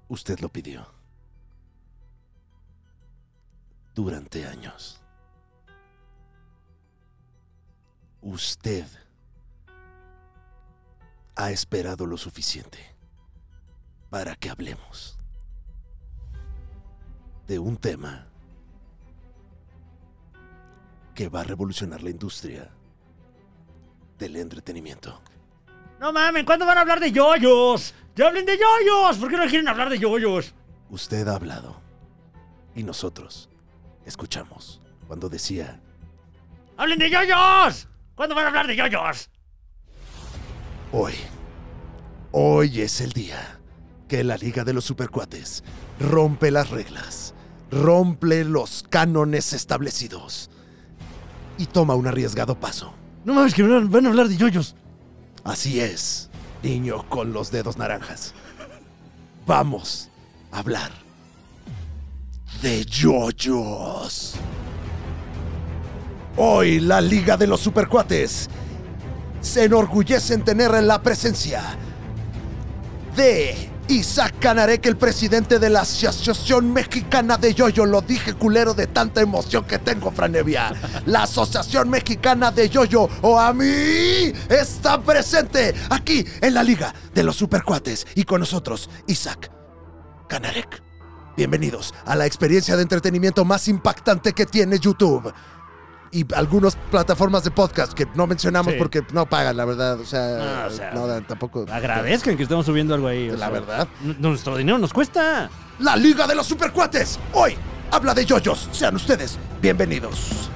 Usted lo pidió. Durante años. Usted ha esperado lo suficiente para que hablemos de un tema que va a revolucionar la industria del entretenimiento. No mames, ¿cuándo van a hablar de yoyos? ¡Ya hablen de yoyos! ¿Por qué no quieren hablar de yoyos? Usted ha hablado y nosotros escuchamos cuando decía: ¡Hablen de yoyos! ¿Cuándo van a hablar de yoyos? Hoy es el día que la Liga de los Supercuates rompe las reglas, rompe los cánones establecidos y toma un arriesgado paso. No mames, que van a hablar de yoyos. Así es, niño con los dedos naranjas. Vamos a hablar de yoyos. Hoy la Liga de los Supercuates se enorgullece en tener la presencia de Isaac Canarek, el presidente de la Asociación Mexicana de Yoyo. Lo dije, culero, de tanta emoción que tengo, Franevia. La Asociación Mexicana de Yoyo, o a mí, está presente aquí en la Liga de los Supercuates. Y con nosotros, Isaac Canarek. Bienvenidos a la experiencia de entretenimiento más impactante que tiene YouTube. Y algunas plataformas de podcast que no mencionamos porque no pagan, la verdad. O sea, tampoco. Agradezcan que estemos subiendo algo ahí. La verdad. Nuestro dinero nos cuesta. La Liga de los Supercuates hoy habla de yoyos. Sean ustedes bienvenidos.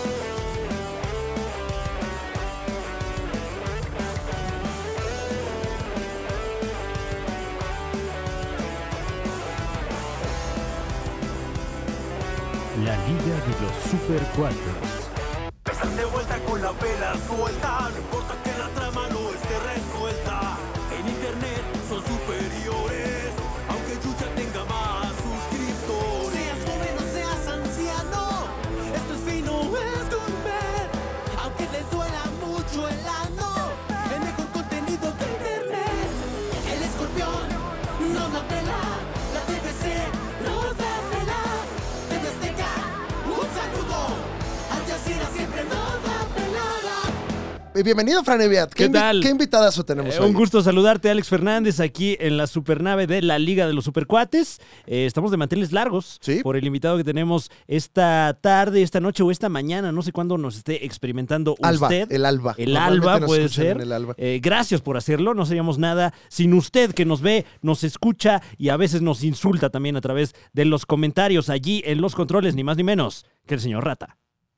La Liga de los Supercuates. Estás de vuelta con la vela suelta, no importa que la trama no esté resuelta. En internet son superiores, aunque Yuya tenga más suscriptores. Seas joven o seas anciano, esto es fino, es gourmet. Aunque les duela mucho el ano, el mejor contenido de internet. El escorpión no la pela, la TVC no da pela. TV Azteca, un saludo. Al Jazeera siempre no da pelada. Bienvenido, Franevia. ¿Qué tal? ¿Qué invitadazo tenemos hoy? Un gusto saludarte, Alex Fernández, aquí en la supernave de la Liga de los Supercuates. Estamos de manteles largos por el invitado que tenemos esta tarde, esta noche o esta mañana. No sé cuándo nos esté experimentando usted. El alba. El alba puede ser. El alba. Gracias por hacerlo. No seríamos nada sin usted, que nos ve, nos escucha y a veces nos insulta también a través de los comentarios allí en los controles, ni más ni menos que el señor Rata.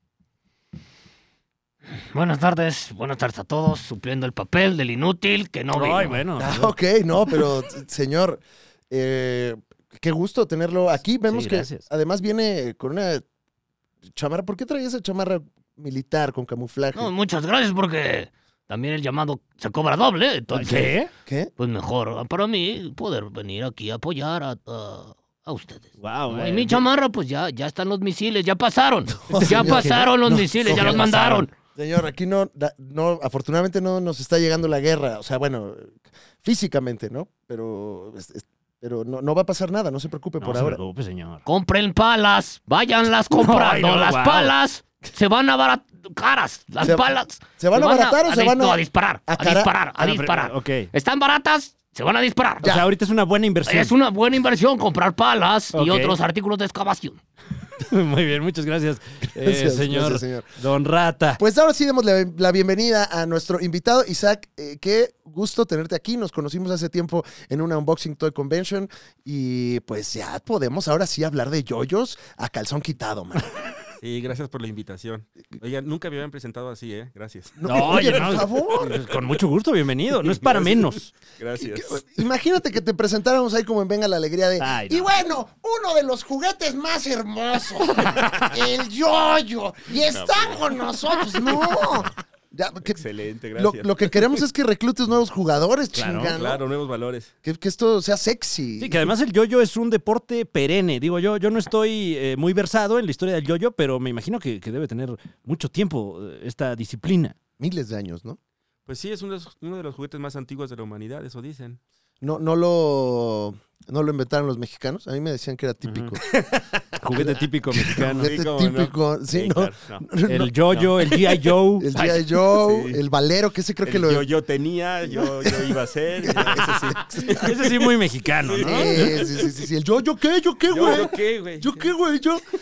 Buenas tardes a todos, supliendo el papel del inútil que no vino. Ay, bueno. Ok, no, pero señor, qué gusto tenerlo aquí. Vemos que además viene con una chamarra. ¿Por qué trae esa chamarra militar con camuflaje? No, muchas gracias, porque también el llamado se cobra doble. Entonces, ¿Qué? Pues mejor para mí poder venir aquí a apoyar a ustedes. Wow, Y mi chamarra, pues ya están los misiles, ya pasaron. Ya señor, pasaron los misiles, ya los mandaron. Señor, aquí no, afortunadamente no nos está llegando la guerra. O sea, bueno, físicamente, ¿no? Pero no va a pasar nada, no se preocupe por ahora. No se preocupe, señor. Compren palas, váyanlas comprando. Ay, no, las wow. palas se van a baratar caras. Las palas ¿se van a abaratar o se van a disparar? A disparar. Ok. ¿Están baratas? Se van a disparar. O sea, ahorita es una buena inversión. Es una buena inversión comprar palas y Ok. otros artículos de excavación. Muy bien, muchas gracias, Gracias, señor señor. Don Rata. Pues ahora sí demos la bienvenida a nuestro invitado, Isaac. Qué gusto tenerte aquí. Nos conocimos hace tiempo en una Unboxing Toy Convention y pues ya podemos ahora sí hablar de yoyos a calzón quitado, man. Sí, gracias por la invitación. Oiga, nunca me habían presentado así, ¿eh? Gracias. Oye, por favor. Con mucho gusto, bienvenido. No es para menos. Gracias. Imagínate que te presentáramos ahí como en Venga la Alegría de... Ay, no. Y bueno, uno de los juguetes más hermosos, el yoyo, y está con nosotros. No. Ya, Excelente, gracias. lo que queremos es que reclutes nuevos jugadores, Claro, chingano. Claro, nuevos valores. Que esto sea sexy. Sí, que además el yoyo es un deporte perenne. Digo, yo no estoy muy versado en la historia del yoyo, pero me imagino que debe tener mucho tiempo esta disciplina. Miles de años, ¿no? Pues sí, es uno de los juguetes más antiguos de la humanidad, eso dicen. No lo ¿No lo inventaron los mexicanos? A mí me decían que era típico. Juguete típico mexicano. Juguete cómo típico. no. Sí, Sí, no. claro, no. El Yo-Yo, el G.I. Joe. El G.I. Joe, Sí. el Valero, que ese creo que lo... Yo tenía, yo iba a ser. Ese sí muy mexicano, ¿no? Sí. El yo qué, güey. ¿Yo qué, güey? ¿Yo qué, güey?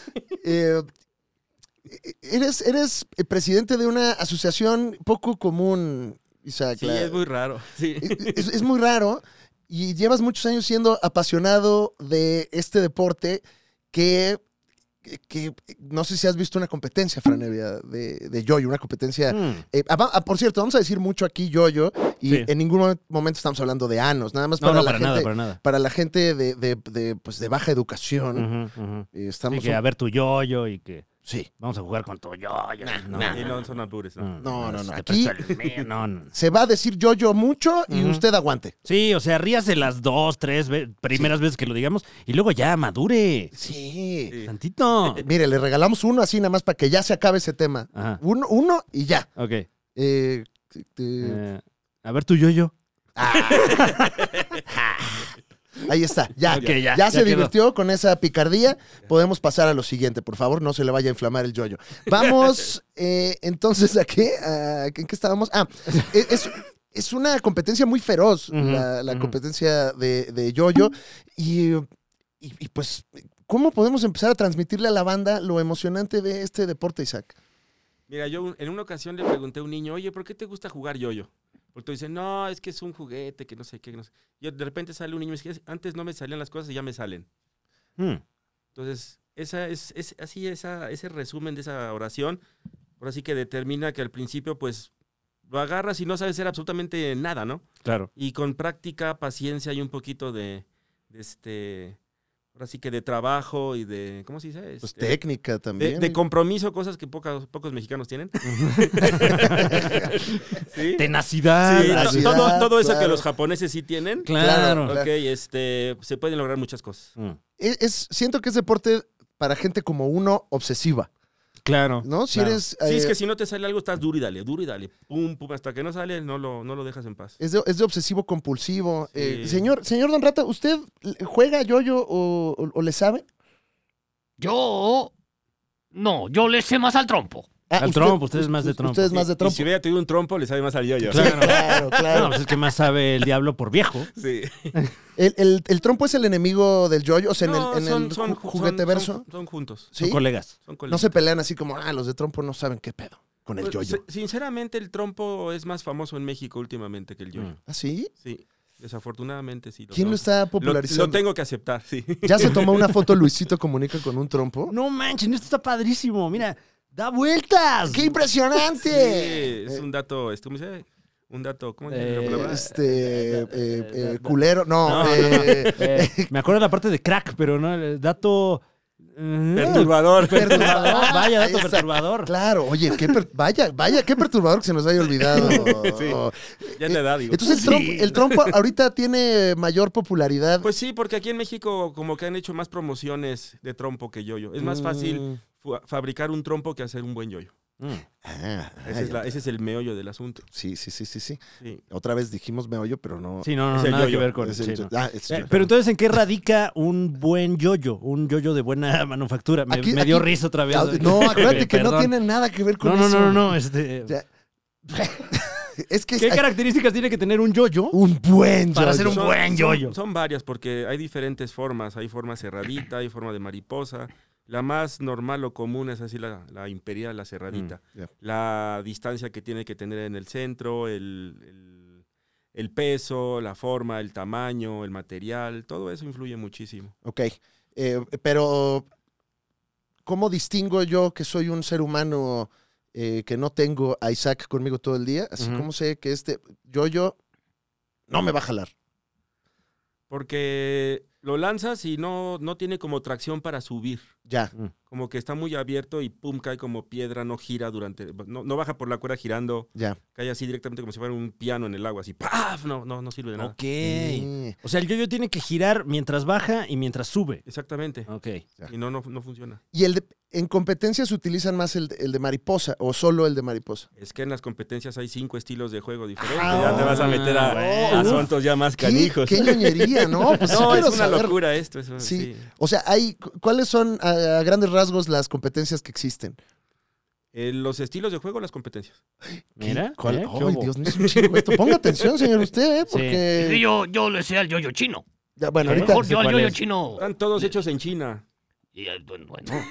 Eres presidente de una asociación poco común, Isaac. Sí, es muy raro. Sí. Es muy raro y llevas muchos años siendo apasionado de este deporte que no sé si has visto una competencia, Franevia, de yo-yo, una competencia... por cierto, vamos a decir mucho aquí yo-yo y Sí. en ningún momento estamos hablando de anos, nada más No, para no, la para gente, nada, para nada. para la gente de baja educación. Sí, Estamos... que a ver tu yo-yo y que Sí. vamos a jugar con tu yo-yo. Y no son albures, ¿no? No. te Aquí presto el mío, no. se va a decir yo-yo mucho y usted aguante. Sí, o sea, ríase las 2, 3 primeras veces que lo digamos y luego ya madure. Sí. Sí. Tantito. Mire, le regalamos uno así nada más para que ya se acabe ese tema. Ajá. Uno y ya. Ok. A ver tu yo-yo. Ahí está, ya. Ok, ya se quedó. divirtió con esa picardía. Podemos pasar a lo siguiente, por favor, no se le vaya a inflamar el yoyo. Vamos, entonces, ¿a qué? ¿En qué estábamos? Es una competencia muy feroz, la competencia de yoyo. Y pues, ¿cómo podemos empezar a transmitirle a la banda lo emocionante de este deporte, Isaac? Mira, yo en una ocasión le pregunté a un niño, oye, ¿por qué te gusta jugar yo-yo? Porque dice, no, es que es un juguete, que no sé qué, que no sé. Y de repente sale un niño y me dice, antes no me salían las cosas y ya me salen. Entonces, ese resumen de esa oración, ahora sí que determina que al principio, pues, lo agarras y no sabes hacer absolutamente nada, ¿no? Claro. Y con práctica, paciencia y un poquito ahora sí que de trabajo y de, ¿cómo se dice? Pues técnica también. De compromiso, cosas que pocos mexicanos tienen. ¿Sí? Tenacidad. Sí, Tenacidad, todo eso que claro. los japoneses sí tienen. Claro. Claro. Ok, se pueden lograr muchas cosas. Siento que es deporte para gente como uno obsesiva, Claro. ¿no? Si claro. eres... Sí, es que si no te sale algo, estás duro y dale. Pum, pum, hasta que no sale, no lo dejas en paz. Es de obsesivo compulsivo. Sí. Señor Don Rata, ¿usted juega yo-yo o le sabe? Yo le sé más al trompo. Al trompo, usted es más de trompo. Usted es más de Y trompo. si hubiera tenido un trompo, le sabe más al yo-yo. Claro. Claro. No, pues es que más sabe el diablo por viejo. Sí. ¿El trompo es el enemigo del yo-yo? O sea, No, en el juguete verso. Son juntos. ¿Sí? Son colegas. Son No colegas. se pelean así como, los de trompo no saben qué pedo con el Pues, yo-yo. Sinceramente, el trompo es más famoso en México últimamente que el yo-yo. ¿Ah, sí? Sí, desafortunadamente sí. ¿Quién lo está popularizando? Lo tengo que aceptar, sí. ¿Ya se tomó una foto Luisito Comunica con un trompo? No manchen, esto está padrísimo. Mira, da vueltas. ¡Qué impresionante! Sí, es un dato, ¿cómo se dice? Un dato, ¿cómo se dice la palabra? Culero, no. No, me acuerdo de la parte de crack, pero no, el dato... Perturbador. Perturbador, vaya dato Ahí está. perturbador. Claro, oye, vaya, qué perturbador que se nos haya olvidado. Sí. Ya te da, digo. Entonces el trompo ahorita tiene mayor popularidad. Pues sí, porque aquí en México como que han hecho más promociones de trompo que yo-yo. Es más fácil fabricar un trompo que hacer un buen yo-yo. Ese es el meollo del asunto. Sí. Sí. Otra vez dijimos meollo, pero no. Sí, no, Es el nada que yo-yo. ver con Es el sí, yo- no. es yo- Pero entonces, ¿en qué radica un buen yo-yo? Un yo-yo de buena manufactura. Me dio risa otra vez. No, acuérdate que no Perdón. tiene nada que ver con No, eso. no. Ya. Es que ¿Qué características tiene que tener un yo-yo? un buen Para yo-yo. hacer un buen yo-yo. Son varias porque hay diferentes formas. Hay forma cerradita, hay forma de mariposa. La más normal o común es así la imperial, la cerradita. ya. La distancia que tiene que tener en el centro, el peso, la forma, el tamaño, el material, todo eso influye muchísimo. Ok. Pero, ¿cómo distingo yo que soy un ser humano que no tengo a Isaac conmigo todo el día? Así como sé que este yo no me va a jalar. Porque lo lanzas y no tiene como tracción para subir. Ya. Como que está muy abierto y pum, cae como piedra, no gira no baja por la cuerda girando, Ya. cae así directamente como si fuera un piano en el agua, así ¡paf! No sirve de nada. Ok. Mm. O sea, el yo-yo tiene que girar mientras baja y mientras sube. Exactamente. Ok. Y no funciona. Y ¿En competencias utilizan más el de mariposa o solo el de mariposa? Es que en las competencias hay 5 estilos de juego diferentes. Ya te vas a meter a asuntos ya más canijos. ¡Qué ñoñería! No, pues no, sí es una saber. locura esto. Eso, Sí. O sea, ¿cuáles son a grandes rasgos las competencias que existen? Los estilos de juego, las competencias. Mira. ¿Cuál? ¿qué ¡Ay, hubo? Dios mío, es un chingo esto! Ponga atención, señor, usted, porque... Sí, yo le sé al yo-yo chino. Ya, bueno, ¿Qué? ahorita... Mejor yo al cuál yo-yo es. chino. Están todos hechos en China. Y, bueno.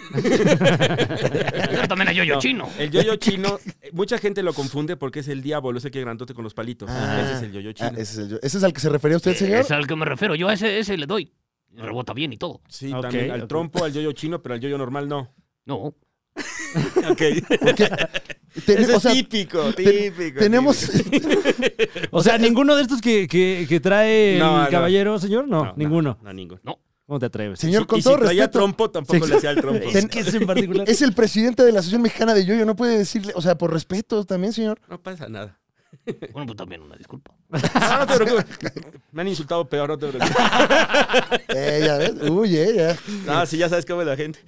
Yo también al yo-yo No, chino. El yo-yo chino, mucha gente lo confunde porque es el diablo, ese que grandote con los palitos. Ese es el yo-yo chino. ese es al que se refería usted, señor. Es al que me refiero. Yo a ese le doy. Y rebota bien y todo. Sí, Ok, también al ok. trompo, al yo-yo chino, pero al yo-yo normal no. No. Ok. Porque Eso o es sea, típico. tenemos... O sea, ninguno de estos que trae No, el caballero, señor, no, ninguno. No, ninguno. No. ¿Cómo te atreves? Señor, con y todo si traía respeto, trompo, tampoco le hacía el trompo. Es que es en particular. es el presidente de la Asociación Mexicana de Yo-Yo, no puede decirle... O sea, por respeto también, señor. No pasa nada. Bueno, pues también una disculpa. No te preocupes. Me han insultado peor, no te preocupes. Ya ves. Uy, ya. No, sí, ya sabes cómo es la gente.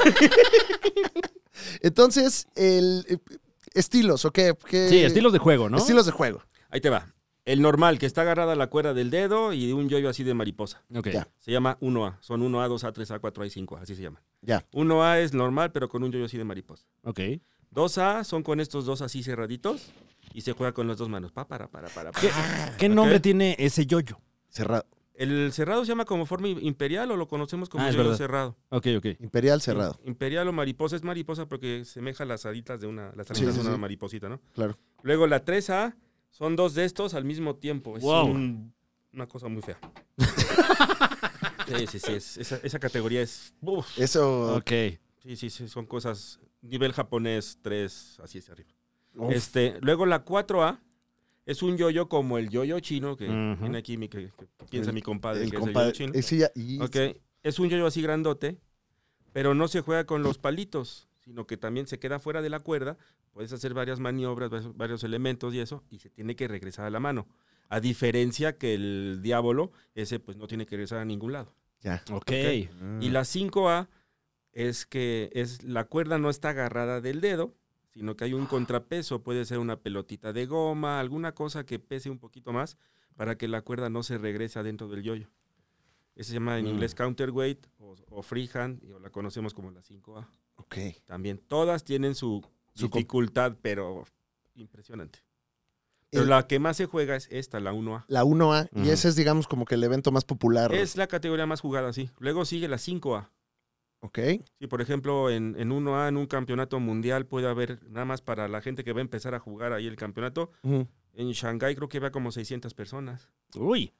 Entonces, estilos, ¿o qué? Sí, estilos de juego, ¿no? Estilos de juego. Ahí te va. El normal, que está agarrada a la cuerda del dedo y un yoyo así de mariposa. Ok. Ya. Se llama 1A. Son 1A, 2A, 3A, 4A y 5A. Así se llama. Ya. 1A es normal, pero con un yoyo así de mariposa. Ok. 2A son con estos dos así cerraditos y se juega con las dos manos. Para. ¿Qué nombre Ok. tiene ese yoyo? Cerrado. El cerrado se llama como forma imperial o lo conocemos como Es yoyo verdad. cerrado. Ok. Imperial cerrado. Imperial o mariposa es mariposa porque semeja las alitas de una mariposita, ¿no? Claro. Luego la 3A son dos de estos al mismo tiempo. Es Wow. una cosa muy fea. Sí. Esa categoría es... uf. Eso... Ok. Sí, son cosas... Nivel japonés 3, así es arriba. Uf. Luego la 4A es un yoyo como el yoyo chino, que Ujú. viene aquí, que piensa mi compadre, el que compadre. es el yoyo chino. Ese ya- y- Ok, es un yoyo así grandote, pero no se juega con los palitos, sino que también se queda fuera de la cuerda. Puedes hacer varias maniobras, varios elementos y eso, y se tiene que regresar a la mano. A diferencia que el diablo, ese pues no tiene que regresar a ningún lado. Ya. Ok. Y la 5A es que la cuerda no está agarrada del dedo, sino que hay un contrapeso. Puede ser una pelotita de goma, alguna cosa que pese un poquito más para que la cuerda no se regrese adentro del yoyo. Ese se llama en inglés counterweight o freehand, o la conocemos como la 5A. Ok. También todas tienen su Su dificultad, pero impresionante. Pero El- la que más se juega es esta, la 1A. La 1A, y Ujú. ese es, digamos, como que el evento más popular. Es la categoría más jugada, sí. Luego sigue la 5A. Ok. Sí, por ejemplo, en 1A, en un campeonato mundial, puede haber, nada más para la gente que va a empezar a jugar ahí el campeonato, Ujú. en Shanghái creo que va como 600 personas. Uy.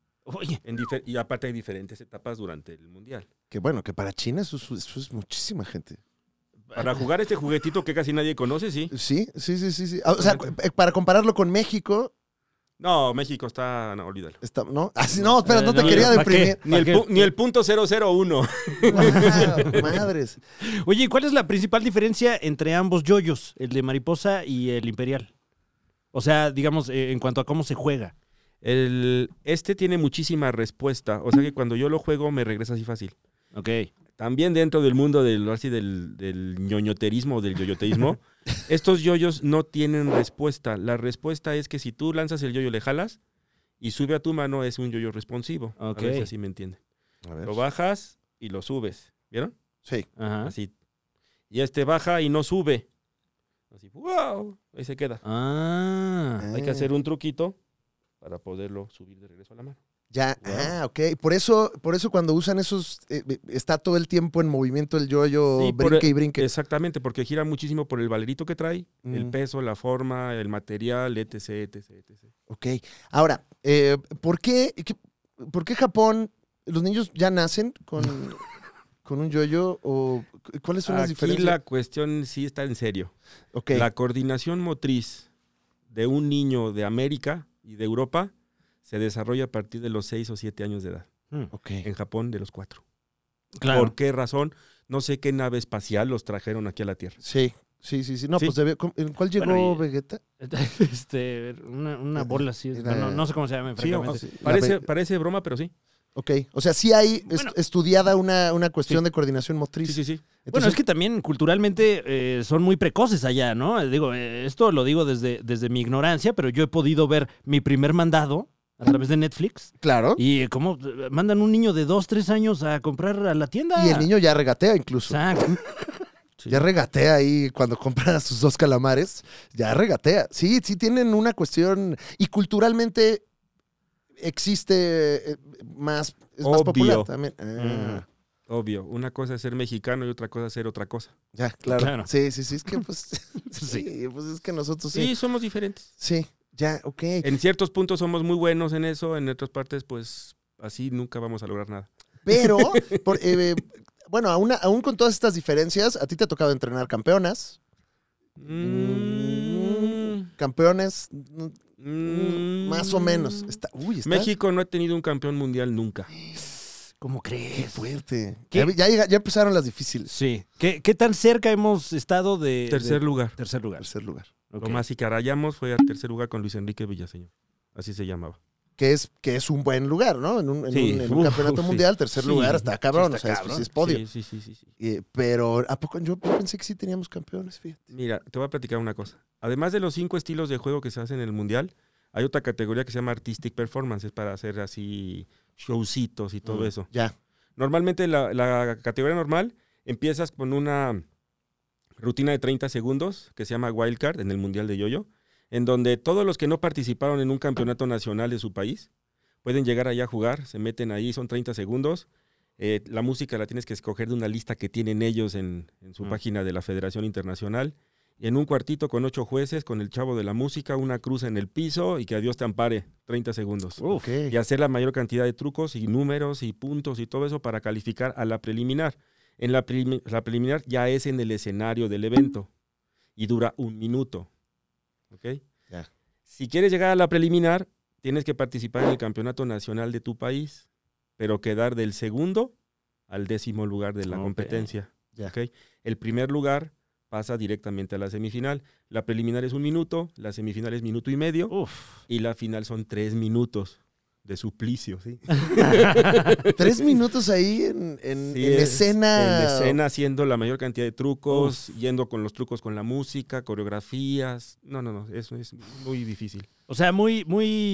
Y aparte hay diferentes etapas durante el mundial. Que bueno, que para China eso es muchísima gente. Para jugar este juguetito que casi nadie conoce, sí. Sí. O sea, para compararlo con México, No, México está, no, olvídalo. ¿no? No, espera, no te No, quería ¿para qué? deprimir. Ni el punto 001. Wow, madres. Oye, ¿y cuál es la principal diferencia entre ambos yoyos, el de mariposa y el imperial? O sea, digamos, en cuanto a cómo se juega. Este tiene muchísima respuesta. O sea que cuando yo lo juego me regresa así fácil. Ok. También dentro del mundo del ñoñoterismo o del yoyoteísmo, estos yoyos no tienen respuesta. La respuesta es que si tú lanzas el yoyo, le jalas y sube a tu mano, es un yoyo responsivo. Ok. A ver si así me entiende. A ver. Lo bajas y lo subes. ¿Vieron? Sí. Ajá. Así. Y baja y no sube. Así, ¡wow! Ahí se queda. Ah. Hay que hacer un truquito para poderlo subir de regreso a la mano. Ya, Wow. ok. Por eso cuando usan esos, está todo el tiempo en movimiento el yoyo, Sí, brinque y brinque. Exactamente, porque gira muchísimo por el valerito que trae, el Mm. peso, la forma, el material, etc. Ok. Ahora, ¿por qué Japón, los niños ya nacen con un yoyo o cuáles son las Aquí diferencias? la cuestión sí está en serio. Ok. La coordinación motriz de un niño de América y de Europa se desarrolla a partir de los 6 o 7 años de edad. Ok. En Japón, de los 4. Claro. ¿Por qué razón? No sé qué nave espacial los trajeron aquí a la Tierra. Sí. No, Sí. pues ¿en cuál llegó Bueno, y- Vegeta? Una bola así. Era- No sé cómo se llama Sí, francamente. parece broma, pero sí. Ok, o sea, sí hay Bueno. estudiada una cuestión Sí. de coordinación motriz. Sí, sí, sí. Bueno, Entonces, es que también culturalmente son muy precoces allá, ¿no? Digo, esto lo digo desde mi ignorancia, pero yo he podido ver Mi Primer Mandado a través de Netflix. claro. Y cómo mandan un niño de 2, 3 años a comprar a la tienda. Y el niño ya regatea incluso. Exacto. Sí. Ya regatea ahí cuando compran a sus 2 calamares. Ya regatea. Sí, sí tienen una cuestión. Y culturalmente existe más. Es más Obvio. popular también. Ah, Obvio. Una cosa es ser mexicano y otra cosa es ser otra cosa. ya, claro. Claro. Sí, sí, sí. Es que pues. Sí, pues es que nosotros Sí, sí. somos diferentes. Sí, ya, ok. En ciertos puntos somos muy buenos en eso, en otras partes, pues así nunca vamos a lograr nada. Pero, bueno, aún con todas estas diferencias, a ti te ha tocado entrenar campeonas. Campeones, más o menos. Está. México no ha tenido un campeón mundial nunca. ¿Cómo Qué crees? fuerte. ¿Qué? Ya empezaron las difíciles. Sí. ¿Qué tan cerca hemos estado de... Tercer lugar. Tercer lugar. Tercer lugar. Ok. Lo más y carayamos fue al tercer lugar con Luis Enrique Villaseñor. Así se llamaba. Que es un buen lugar, ¿no? En un Sí. un campeonato Sí. mundial, tercer Sí. lugar, está cabrón. Sí, o está sea, cabrón. es podio. Sí, sí, sí, sí. Pero, ¿a poco? Yo pensé que sí teníamos campeones, fíjate. Mira, te voy a platicar una cosa. Además de los 5 estilos de juego que se hacen en el mundial, hay otra categoría que se llama Artistic Performance, es para hacer así showcitos y todo eso. Ya. Normalmente la categoría normal empiezas con una rutina de 30 segundos que se llama Wildcard en el Mundial de Yoyo, en donde todos los que no participaron en un campeonato nacional de su país pueden llegar allá a jugar, se meten ahí, son 30 segundos. La música la tienes que escoger de una lista que tienen ellos en su página de la Federación Internacional. En un cuartito con 8 jueces, con el chavo de la música, una cruz en el piso y que a Dios te ampare, 30 segundos. Ok. Y hacer la mayor cantidad de trucos y números y puntos y todo eso para calificar a la preliminar. En la preliminar ya es en el escenario del evento y dura 1 minuto. ¿Ok? Ya. Si quieres llegar a la preliminar, tienes que participar en el campeonato nacional de tu país, pero quedar del segundo al 10º lugar de la Ok. competencia. Ya. ¿Ok? El primer lugar pasa directamente a la semifinal. La preliminar es 1 minuto, la semifinal es 1 minuto y medio Uf. y la final son 3 minutos de suplicio. ¿Sí? 3 minutos ahí en Sí, escena. En escena haciendo la mayor cantidad de trucos, yendo con los trucos con la música, coreografías. No, eso es muy difícil. O sea, muy,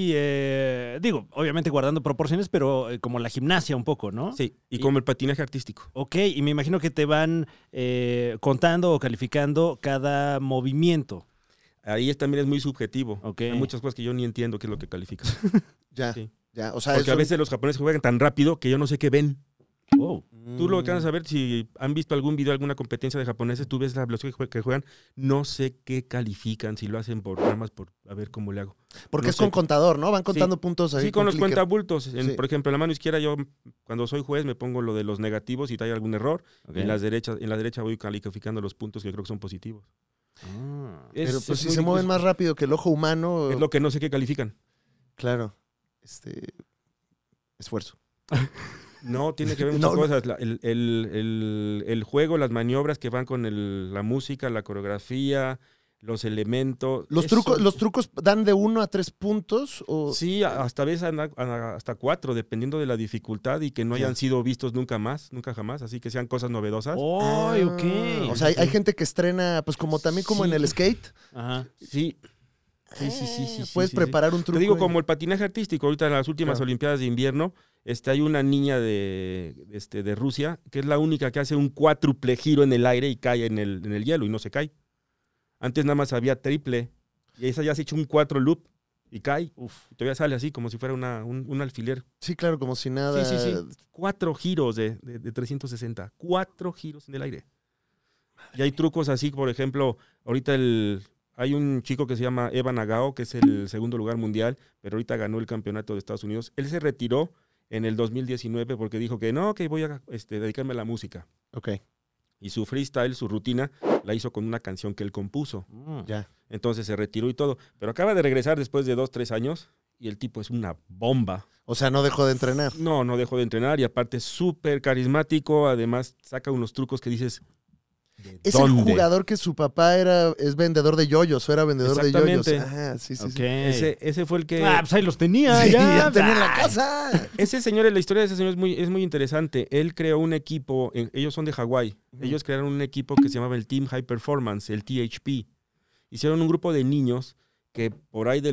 digo, obviamente guardando proporciones, pero como la gimnasia un poco, ¿no? Sí, y como el patinaje artístico. Ok, y me imagino que te van contando o calificando cada movimiento. Ahí también es muy subjetivo. Ok. Hay muchas cosas que yo ni entiendo qué es lo que califican. Ya, Sí. ya. O sea, Porque a veces los japoneses juegan tan rápido que yo no sé qué ven. Oh. Tú lo alcanzas a ver, si han visto algún video, alguna competencia de japoneses, tú ves la velocidad que juegan, no sé qué califican, si lo hacen nada más por a ver cómo le hago. Porque no es sé. con contador, ¿no? Van contando puntos ahí. Sí, con los clicker. cuentabultos. Sí. Por ejemplo, en la mano izquierda yo, cuando soy juez, me pongo lo de los negativos y hay algún error. Ok. En la derecha voy calificando los puntos que creo que son positivos. Ah. Pero Es pues si muy se mueven difícil. más rápido que el ojo humano. Es lo que no sé qué califican. Claro. Esfuerzo. No, tiene que ver muchas cosas. El juego, las maniobras que van con la música, la coreografía, los elementos. ¿Los trucos dan de 1 a 3 puntos? O... Sí, hasta veces hasta 4, dependiendo de la dificultad y que no hayan sido vistos nunca jamás, así que sean cosas novedosas. ¡Ay, ok! O sea, hay gente que estrena, pues como también como en el skate. Ajá. Sí. Sí. Puedes sí. preparar un truco. Te digo, y- como el patinaje artístico, ahorita en las últimas Claro. Olimpiadas de invierno, hay una niña de Rusia que es la única que hace un cuádruple giro en el aire y cae en el hielo y no se cae. Antes nada más había triple y esa ya se ha hecho un 4 loop y cae. Y todavía sale así como si fuera un alfiler. Sí, claro, como si nada. Sí. 4 giros de 360. 4 giros en el aire. Y hay trucos así, por ejemplo, ahorita hay un chico que se llama Eva Nagao, que es el segundo lugar mundial, pero ahorita ganó el campeonato de Estados Unidos. Él se retiró en el 2019 porque dijo que no, que voy a dedicarme a la música. Ok, Y su freestyle, su rutina, la hizo con una canción que él compuso. ya. Entonces se retiró y todo. Pero acaba de regresar después de 2, 3 años y el tipo es una bomba. O sea, no dejó de entrenar. No dejó de entrenar y aparte es súper carismático. Además saca unos trucos que dices, Es ¿Dónde? el jugador que su papá es vendedor de yoyos, o era vendedor de yoyos. Exactamente. Sí. Ese fue el que... Pues ahí los tenía, Sí, ya. ya tenía en la casa. Ese señor, la historia de ese señor es muy interesante. Él creó un equipo, ellos son de Hawái. Ellos crearon un equipo que se llamaba el Team High Performance, el THP. Hicieron un grupo de niños que por ahí del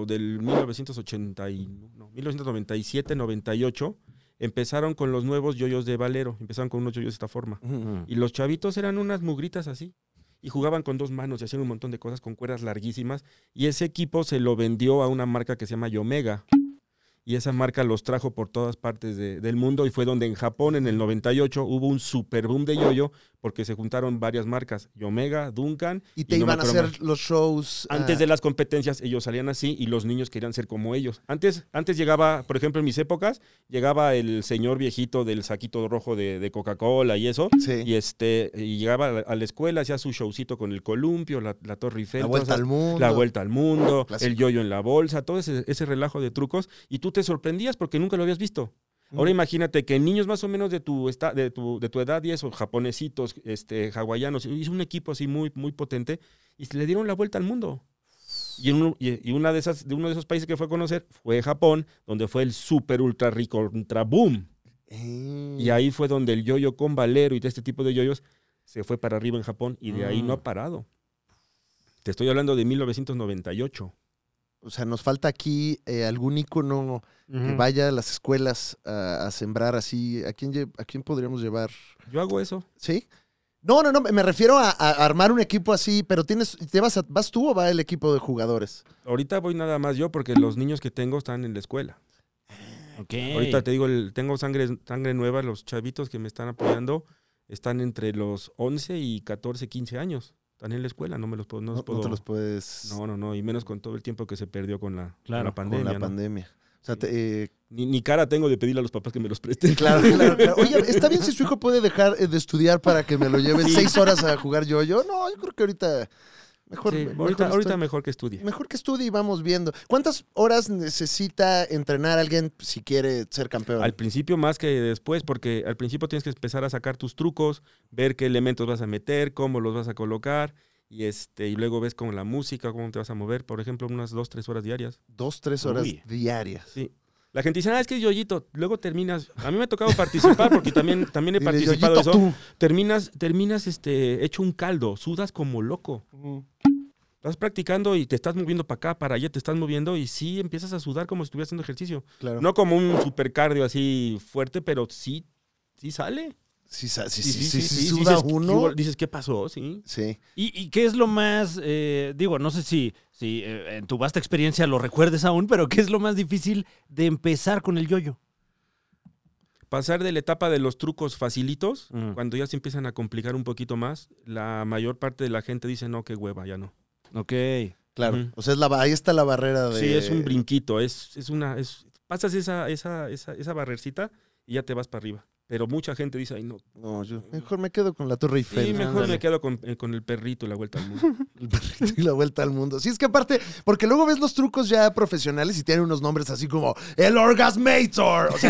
1997, 98, empezaron con los nuevos yoyos de Valero. Empezaron con unos yoyos de esta forma. Y los chavitos eran unas mugritas así. Y jugaban con 2 manos y hacían un montón de cosas con cuerdas larguísimas. Y ese equipo se lo vendió a una marca que se llama Yomega. Y esa marca los trajo por todas partes del mundo. Y fue donde en Japón, en el 98, hubo un super boom de yoyo porque se juntaron varias marcas. Yomega, Duncan. Y te iban a hacer los shows. Antes de las competencias, ellos salían así y los niños querían ser como ellos. Antes llegaba, por ejemplo, en mis épocas, llegaba el señor viejito del saquito rojo de Coca-Cola y eso. Sí. Y llegaba a la escuela, hacía su showcito con el columpio, la Torre Eiffel. La vuelta al mundo. La vuelta al mundo, Clásico. el yoyo en la bolsa, todo ese relajo de trucos. Y tú te sorprendías porque nunca lo habías visto. Ahora imagínate que niños más o menos de tu edad y eso, japonesitos, hawaianos, hizo un equipo así muy, muy potente y se le dieron la vuelta al mundo. Y uno de esos países que fue a conocer fue Japón, donde fue el super ultra rico, ultra boom. Y ahí fue donde el yoyo con Valero y de este tipo de yoyos se fue para arriba en Japón y de ahí no ha parado. Te estoy hablando de 1998. O sea, nos falta aquí algún ícono que vaya a las escuelas a sembrar así. ¿A quién podríamos llevar? Yo hago eso. ¿Sí? No, me refiero a armar un equipo así, pero ¿vas tú o va el equipo de jugadores? Ahorita voy nada más yo porque los niños que tengo están en la escuela. Okay. Ahorita te digo, tengo sangre nueva, los chavitos que me están apoyando están entre los 11 y 14, 15 años. Están en la escuela, no te los puedes... No, y menos con todo el tiempo que se perdió con la pandemia. Con la pandemia. O sea, ni cara tengo de pedirle a los papás que me los presten. Claro. Oye, ¿está bien si su hijo puede dejar de estudiar para que me lo lleven 6 horas a jugar yo-yo? No, yo creo que ahorita... Ahorita mejor que estudie. Mejor que estudie y vamos viendo. ¿Cuántas horas necesita entrenar alguien si quiere ser campeón? Al principio más que después, porque al principio tienes que empezar a sacar tus trucos, ver qué elementos vas a meter, cómo los vas a colocar, y luego ves con la música, cómo te vas a mover. Por ejemplo, unas 2-3 horas diarias. 2-3 horas diarias. Sí. La gente dice, es que es yoyito. Luego terminas. A mí me ha tocado participar porque también he participado de eso. Tú. Terminas hecho un caldo, sudas como loco. Estás practicando y te estás moviendo para acá, para allá, te estás moviendo y sí empiezas a sudar como si estuvieras haciendo ejercicio. Claro. No como un supercardio así fuerte, pero sí sale. Sí, suda uno. Dices, ¿qué pasó? Sí. ¿Y qué es lo más, no sé si en tu vasta experiencia lo recuerdes aún, pero qué es lo más difícil de empezar con el yoyo? Pasar de la etapa de los trucos facilitos, cuando ya se empiezan a complicar un poquito más, la mayor parte de la gente dice, no, qué hueva, ya no. Ok. Claro. O sea, ahí está la barrera de... Sí, es un brinquito, pasas esa barrercita y ya te vas para arriba. Pero mucha gente dice, ay, no. No, yo mejor me quedo con la Torre Eiffel. Sí, mejor me quedo con el perrito y la vuelta al mundo. El perrito y la vuelta al mundo. Sí, es que aparte, porque luego ves los trucos ya profesionales y tienen unos nombres así como el Orgasmator. O sea,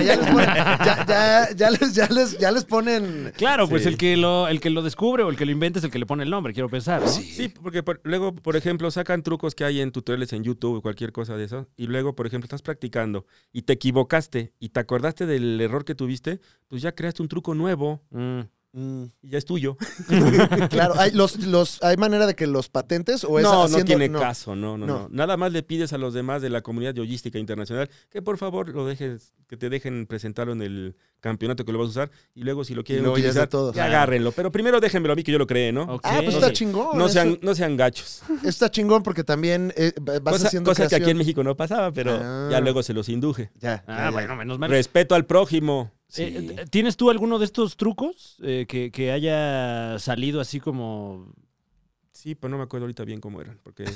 ya les ponen... Claro, pues el que lo descubre o el que lo inventa es el que le pone el nombre, quiero pensar, ¿no? Sí, porque luego, por ejemplo, sacan trucos que hay en tutoriales en YouTube o cualquier cosa de eso, y luego, por ejemplo, estás practicando y te equivocaste y te acordaste del error que tuviste, pues ya creaste un truco nuevo y ya es tuyo. Claro, ¿hay manera de que los patentes o es no haciendo... tiene caso, no. Nada más le pides a los demás de la comunidad yoyística internacional que por favor que te dejen presentarlo en el campeonato que lo vas a usar y luego si lo quieren utilizar, ya agárrenlo. Pero primero déjenmelo a mí que yo lo cree, ¿no? Okay. Pues está chingón. No sean gachos. Está chingón porque tienes vas haciendo cosa que creación. aquí en México no pasaba, pero ya luego se los induje. Bueno, menos mal. Respeto al prójimo. Sí. ¿Tienes tú alguno de estos trucos que haya salido así como...? Sí, pues no me acuerdo ahorita bien cómo eran, porque...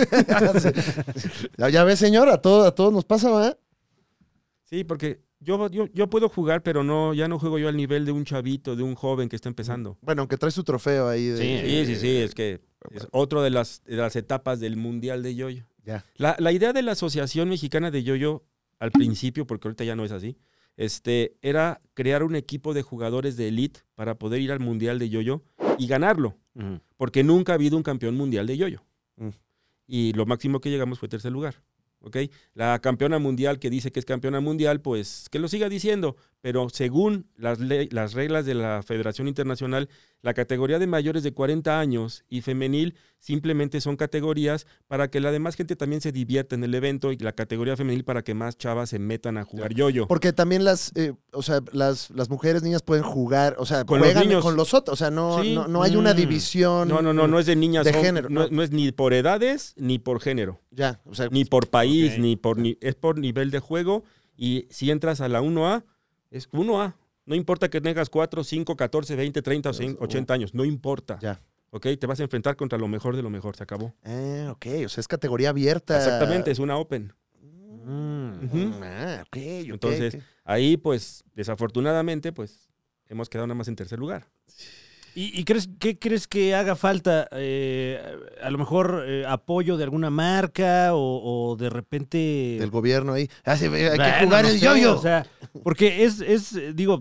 Ya ves, señor, a todos nos pasa, ¿verdad? Sí, porque yo puedo jugar, pero ya no juego yo al nivel de un chavito, de un joven que está empezando. Bueno, aunque trae su trofeo ahí. Sí, es que es otro de las etapas del Mundial de Yoyo. Ya. La idea de la Asociación Mexicana de Yoyo, al principio, porque ahorita ya no es así, era crear un equipo de jugadores de elite para poder ir al Mundial de Yoyo y ganarlo, porque nunca ha habido un campeón mundial de yo-yo. Y lo máximo que llegamos fue tercer lugar. ¿Ok? La campeona mundial que dice que es campeona mundial, pues que lo siga diciendo, pero según las reglas de la Federación Internacional, la categoría de mayores de 40 años y femenil simplemente son categorías para que la demás gente también se divierta en el evento, y la categoría femenil para que más chavas se metan a jugar yo-yo. Porque también las mujeres, niñas pueden jugar, o sea, Con juegan los niños. con los otros, o sea, no, Sí. no hay una división. No es de niñas de género. No es ni por edades ni por género. Ya, o sea, Ni por país, Ok. es por nivel de juego. Y si entras a la 1A, es 1A. No importa que tengas 4, 5, 14, 20, 30 o 80 años. No importa. ya. ¿Ok? Te vas a enfrentar contra lo mejor de lo mejor. Se acabó. Ok, o sea, es categoría abierta. Exactamente, es una Open. Ujú. Ok. Entonces, ahí, pues, desafortunadamente, pues, hemos quedado nada más en tercer lugar. ¿Y qué crees que haga falta? A lo mejor apoyo de alguna marca o de repente... Del gobierno ahí. Hay que Bueno, jugar no el sé, yo-yo. O sea, porque digo,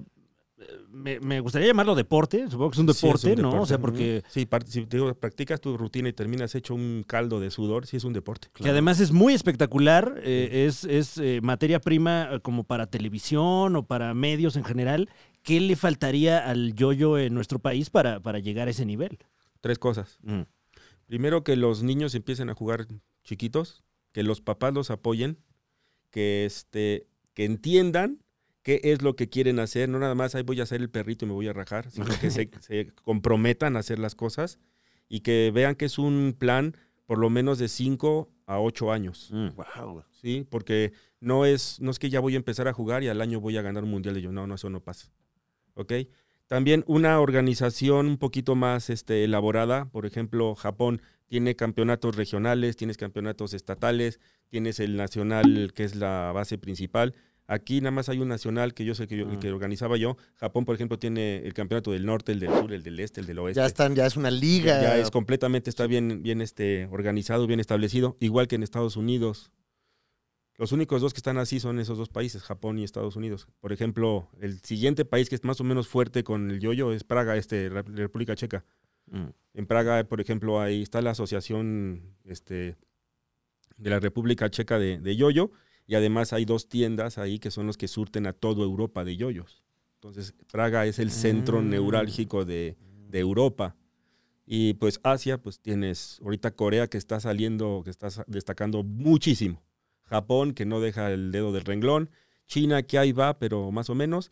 me gustaría llamarlo deporte, supongo que es un Sí, deporte, es un ¿no? deporte. O sea, porque... Sí, si te digo, practicas tu rutina y terminas hecho un caldo de sudor, sí es un deporte. Que además es muy espectacular, es materia prima como para televisión o para medios en general. ¿Qué le faltaría al yo-yo en nuestro país para llegar a ese nivel? 3 cosas. Primero, que los niños empiecen a jugar chiquitos, que los papás los apoyen, que entiendan qué es lo que quieren hacer. No nada más, ahí voy a hacer el perrito y me voy a rajar, sino que se comprometan a hacer las cosas y que vean que es un plan por lo menos de 5 a 8 años. Wow. ¿Sí? Porque no es que ya voy a empezar a jugar y al año voy a ganar un mundial de yo. No, eso no pasa. ¿Ok? También una organización un poquito más elaborada. Por ejemplo, Japón tiene campeonatos regionales, tienes campeonatos estatales, tienes el nacional, que es la base principal. Aquí nada más hay un nacional que yo sé que organizaba yo. Japón, por ejemplo, tiene el campeonato del norte, el del sur, el del este, el del oeste. Ya es una liga. Ya es completamente, está bien organizado, bien establecido, igual que en Estados Unidos. Los únicos 2 que están así son esos 2 países, Japón y Estados Unidos. Por ejemplo, el siguiente país que es más o menos fuerte con el yo-yo es Praga, República Checa. En Praga, por ejemplo, ahí está la asociación de la República Checa de yo-yo, y además hay 2 tiendas ahí que son los que surten a toda Europa de yoyos. Entonces, Praga es el centro neurálgico de Europa. Y pues Asia, pues tienes ahorita Corea, que está saliendo, que está destacando muchísimo. Japón, que no deja el dedo del renglón. China, que ahí va, pero más o menos.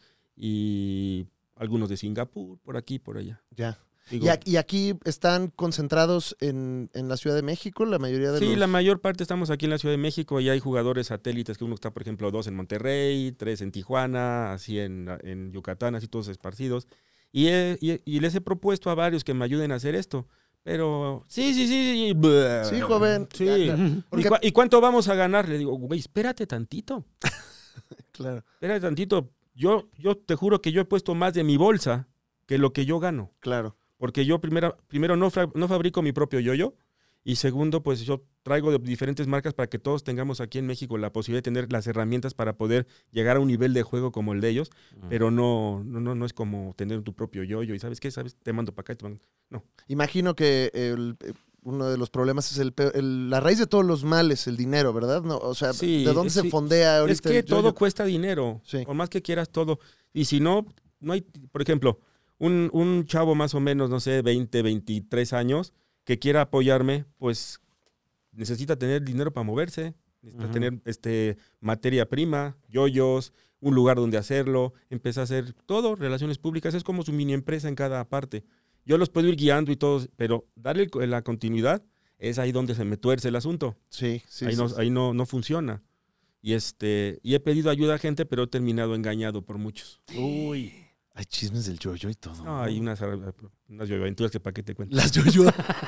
Y algunos de Singapur, por aquí, por allá. Ya. Digo, ¿Y aquí están concentrados en la Ciudad de México, la mayoría de los...? sí, la mayor parte estamos aquí en la Ciudad de México y hay jugadores satélites, que uno está, por ejemplo, 2 en Monterrey, 3 en Tijuana, así en Yucatán, así todos esparcidos. Y les he propuesto a varios que me ayuden a hacer esto. Pero, sí. Sí, joven. Sí. Ya. Porque- ¿Y cuánto vamos a ganar? Le digo, güey, espérate tantito. Claro, Espérate tantito. Yo te juro que yo he puesto más de mi bolsa que lo que yo gano. claro. Porque yo primero no fabrico mi propio yo-yo. Y segundo, pues yo traigo de diferentes marcas para que todos tengamos aquí en México la posibilidad de tener las herramientas para poder llegar a un nivel de juego como el de ellos. Pero no es como tener tu propio yo-yo. ¿Y sabes qué? Te mando para acá. No. Imagino que uno de los problemas es la raíz de todos los males, el dinero, ¿verdad? No, o sea, Sí, ¿de dónde se sí. fondea ahorita? Es que el yo-yo? todo cuesta dinero. Sí. Por más que quieras todo. Y si no hay, por ejemplo, un chavo más o menos, no sé, 20, 23 años, que quiera apoyarme, pues necesita tener dinero para moverse, necesita tener materia prima, yoyos, un lugar donde hacerlo, empieza a hacer todo, relaciones públicas, es como su mini empresa en cada parte. Yo los puedo ir guiando y todo, pero darle la continuidad es ahí donde se me tuerce el asunto. Sí. Ahí no funciona. Y he pedido ayuda a gente, pero he terminado engañado por muchos. Uy. Hay chismes del yo-yo y todo. No, hay unas aventuras que para qué te cuento. Las yo-yo.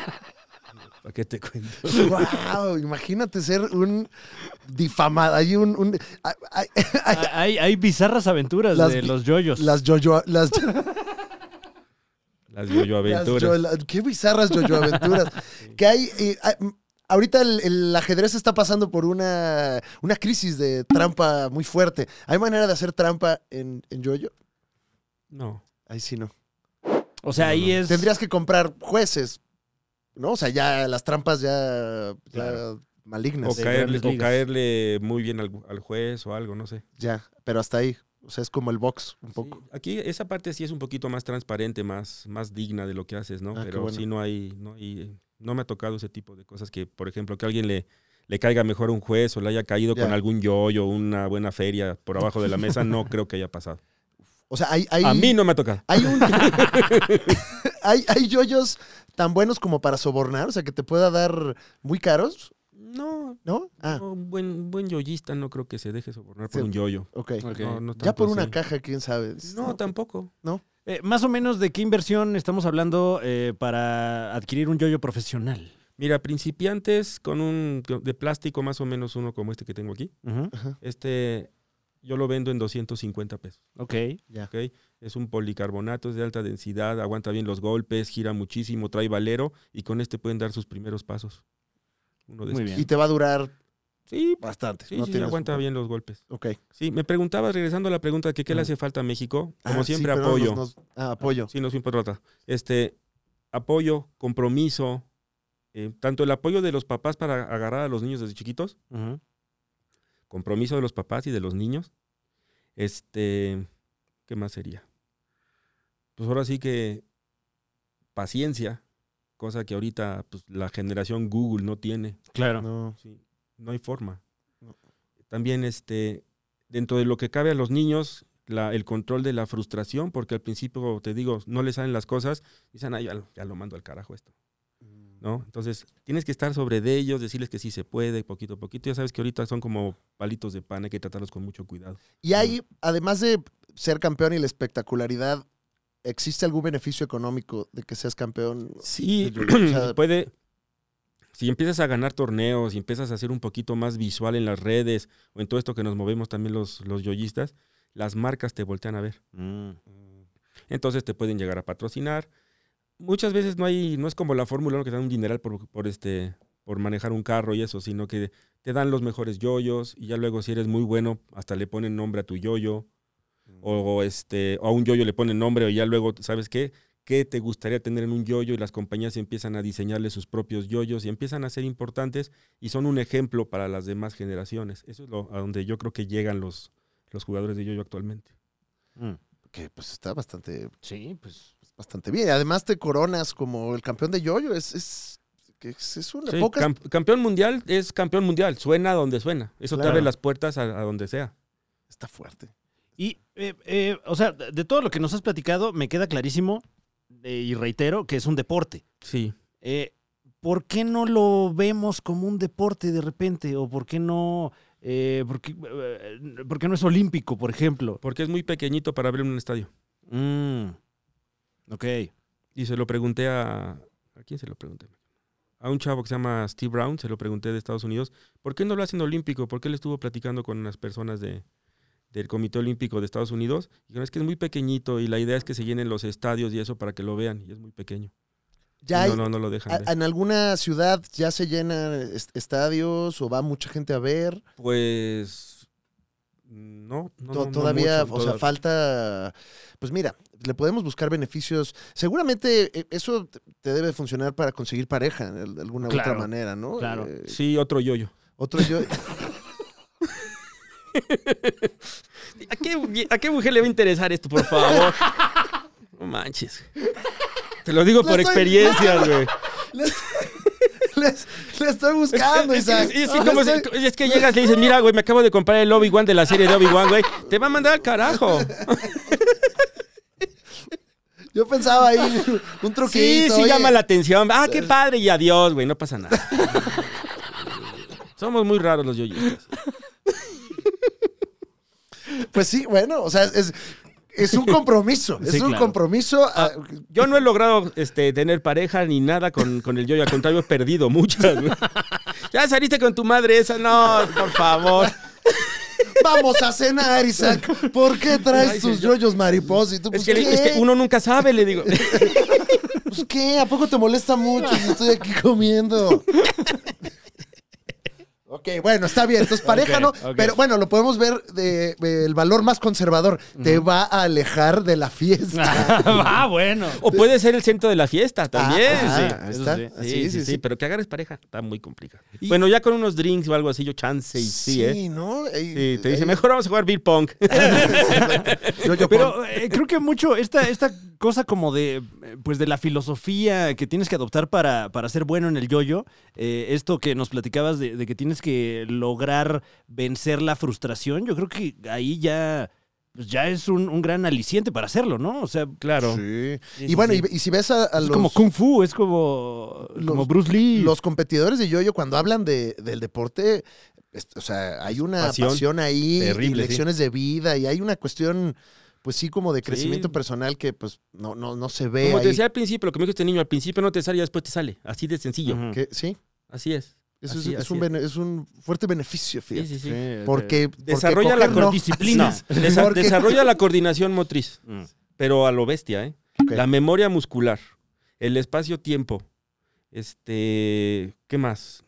¿Para qué te cuento? ¡Wow! Imagínate ser un difamado. Hay bizarras aventuras de los yoyos. Las yo-yo. Las yo aventuras. Qué bizarras yo-yo aventuras. Que hay. Ahorita el ajedrez está pasando por una crisis de trampa muy fuerte. ¿Hay manera de hacer trampa en yo-yo? No. Ahí sí no. O sea, ahí es... Tendrías que comprar jueces, ¿no? O sea, ya las trampas ya malignas. O caerle muy bien al juez o algo, no sé. Ya, pero hasta ahí. O sea, es como el box, un poco. Sí, aquí esa parte sí es un poquito más transparente, más digna de lo que haces, ¿no? Pero bueno. sí no me ha tocado ese tipo de cosas que, por ejemplo, que a alguien le caiga mejor a un juez o le haya caído con algún yoyo, una buena feria por abajo de la mesa, no creo que haya pasado. O sea, a mí no me ha tocado. ¿Hay yoyos tan buenos como para sobornar? O sea, que te pueda dar muy caros. No. ¿No? No, un buen yoyista no creo que se deje sobornar por un yoyo. Ok. No Ya por tanto una así. caja, quién sabe. No, tampoco. ¿No? Más o menos, ¿de qué inversión estamos hablando para adquirir un yoyo profesional? Mira, principiantes de plástico, más o menos uno como este que tengo aquí. Uh-huh. Ajá. Yo lo vendo en 250 pesos. Ok. Ya. ¿Ok? Es un policarbonato, es de alta densidad, aguanta bien los golpes, gira muchísimo, trae valero y con este pueden dar sus primeros pasos. Uno de Muy estos. bien. Y te va a durar Sí, bastante. sí, no sí, tienes- aguanta bien los golpes. Ok. Sí, me preguntabas, regresando a la pregunta, que qué le hace falta a México. Como Sí, siempre, pero apoyo. apoyo. Sí, nos fuimos por otra. Apoyo, compromiso, tanto el apoyo de los papás para agarrar a los niños desde chiquitos, Uh-huh. compromiso de los papás y de los niños. ¿Qué más sería? Pues ahora sí que paciencia, cosa que ahorita pues, la generación Google no tiene. Claro. No. Sí, no hay forma. No. También dentro de lo que cabe a los niños, el control de la frustración, porque al principio, te digo, no les salen las cosas, y dicen, ya lo mando al carajo esto, ¿no? Entonces, tienes que estar sobre de ellos, decirles que sí se puede, poquito a poquito. Ya sabes que ahorita son como palitos de pan, hay que tratarlos con mucho cuidado. Y hay, además de ser campeón y la espectacularidad, ¿existe algún beneficio económico de que seas campeón? Sí, O sea, puede. Si empiezas a ganar torneos y empiezas a ser un poquito más visual en las redes o en todo esto que nos movemos también los yoyistas, las marcas te voltean a ver. Entonces te pueden llegar a patrocinar. Muchas veces no es como la Fórmula 1 que te dan un dineral por manejar un carro y eso, sino que te dan los mejores yoyos y ya luego si eres muy bueno hasta le ponen nombre a tu yoyo o a un yoyo le ponen nombre o ya luego, ¿sabes qué? ¿Qué te gustaría tener en un yoyo? Y las compañías empiezan a diseñarle sus propios yoyos y empiezan a ser importantes y son un ejemplo para las demás generaciones. Eso es a donde yo creo que llegan los jugadores de yoyo actualmente. que pues está bastante, Sí, pues. bastante bien. Además te coronas como el campeón de yoyo. Es una Sí, poca. campeón mundial es campeón mundial, suena donde suena. Eso te Claro. abre las puertas a donde sea. Está fuerte. Y, o sea, de todo lo que nos has platicado, me queda clarísimo, y reitero, que es un deporte. Sí. ¿Por qué no lo vemos como un deporte de repente? ¿O por qué no, por qué no es olímpico, por ejemplo? Porque es muy pequeñito para abrir un estadio. Ok. Y se lo pregunté ¿a quién se lo pregunté? A un chavo que se llama Steve Brown, se lo pregunté de Estados Unidos, ¿por qué no lo hacen olímpico? Porque él estuvo platicando con unas personas del Comité Olímpico de Estados Unidos. Y dijeron, es que es muy pequeñito y la idea es que se llenen los estadios y eso para que lo vean. Y es muy pequeño. Ya No lo dejan ver. ¿En alguna ciudad ya se llenan estadios o va mucha gente a ver? Pues no Todavía, mucho, o sea, falta. Pues mira, le podemos buscar beneficios. Seguramente eso te debe funcionar para conseguir pareja de alguna u otra Claro, manera, ¿no? claro. Sí, otro yoyo. Otro yo. ¿A qué mujer le va a interesar esto, por favor? No manches. Te lo digo por experiencia, güey. Le estoy buscando, Isaac. Es que llegas y le dices, mira, güey, me acabo de comprar el Obi-Wan de la serie de Obi-Wan, güey. Te va a mandar al carajo. Yo pensaba ahí un truquito. Sí, oye. llama la atención. Ah, qué padre y adiós, güey, no pasa nada. Somos muy raros los yoyistas. Pues sí, bueno, o sea, es un compromiso. Sí, es un claro. compromiso. Yo no he logrado tener pareja ni nada con el yoyo. Al contrario, he perdido muchas, güey. Ya saliste con tu madre esa. No, por favor. Vamos a cenar, Isaac. ¿Por qué traes Ay, tus sí, yo- yoyos mariposa? Y tú, pues, Es que uno nunca sabe, le digo. Pues, ¿qué? ¿A poco te molesta mucho si estoy aquí comiendo? Ok, Ok, bueno, está bien. Entonces, pareja no. Pero bueno, lo podemos ver el valor más conservador. Te va a alejar de la fiesta. Bueno. O puede ser el centro de la fiesta también. Sí. Pero que agarres pareja está muy complicado. Bueno, ya con unos drinks o algo así, yo chance y sí, ¿eh? ¿no? Sí, te dice, mejor vamos a jugar beer pong. Pero creo que mucho esta cosa como de la filosofía que tienes que adoptar para ser bueno en el yo-yo, esto que nos platicabas de que tienes que lograr vencer la frustración, yo creo que ahí ya es un gran aliciente para hacerlo, ¿no? O sea, claro. Sí. Y bueno, y si ves a es los... como Kung Fu, es como Bruce Lee. Los competidores de yo-yo, cuando hablan del deporte, o sea, hay una pasión ahí, terrible, y lecciones de vida, y hay una cuestión... Pues sí, como de crecimiento personal que pues no se ve. Como ahí. te decía al principio, lo que me dijo este niño, al principio no te sale y después te sale. Así de sencillo. Sí. Así es. Eso es un fuerte beneficio, fíjate. Sí. Porque desarrolla la disciplina. Desarrolla la coordinación motriz, pero a lo bestia, ¿eh? Okay. La memoria muscular, el espacio-tiempo, ¿qué más?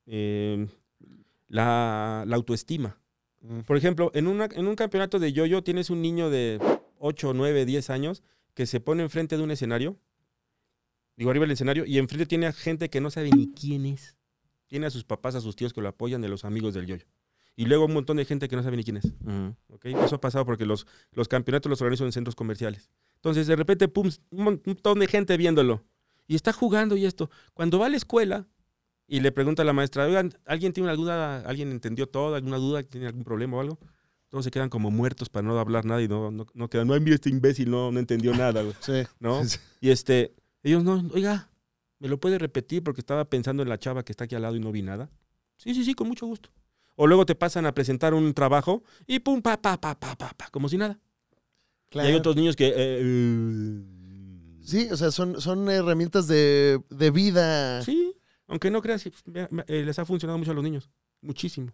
La autoestima. Por ejemplo, en un campeonato de yo-yo tienes un niño de 8, 9, 10 años que se pone enfrente de un escenario, arriba del escenario, y enfrente tiene a gente que no sabe ni quién es. Tiene a sus papás, a sus tíos que lo apoyan, de los amigos del yo-yo. Y luego un montón de gente que no sabe ni quién es. ¿Okay? Eso ha pasado porque los campeonatos los organizan en centros comerciales. Entonces, de repente, pum, un montón de gente viéndolo. Y está jugando y esto. Cuando va a la escuela... Y le pregunta a la maestra, oigan, ¿alguien tiene alguna duda? ¿Alguien entendió todo? ¿Alguna duda? ¿Tiene algún problema o algo? Todos se quedan como muertos para no hablar nada y no quedan, no, mira, este imbécil no entendió nada, güey. Sí. ¿No? Y ellos no, oiga, ¿me lo puede repetir? Porque estaba pensando en la chava que está aquí al lado y no vi nada. Sí, con mucho gusto. O luego te pasan a presentar un trabajo y pum, como si nada. Claro. Y hay otros niños que... Sí, o sea, son herramientas de vida. Sí. Aunque no creas, les ha funcionado mucho a los niños. Muchísimo.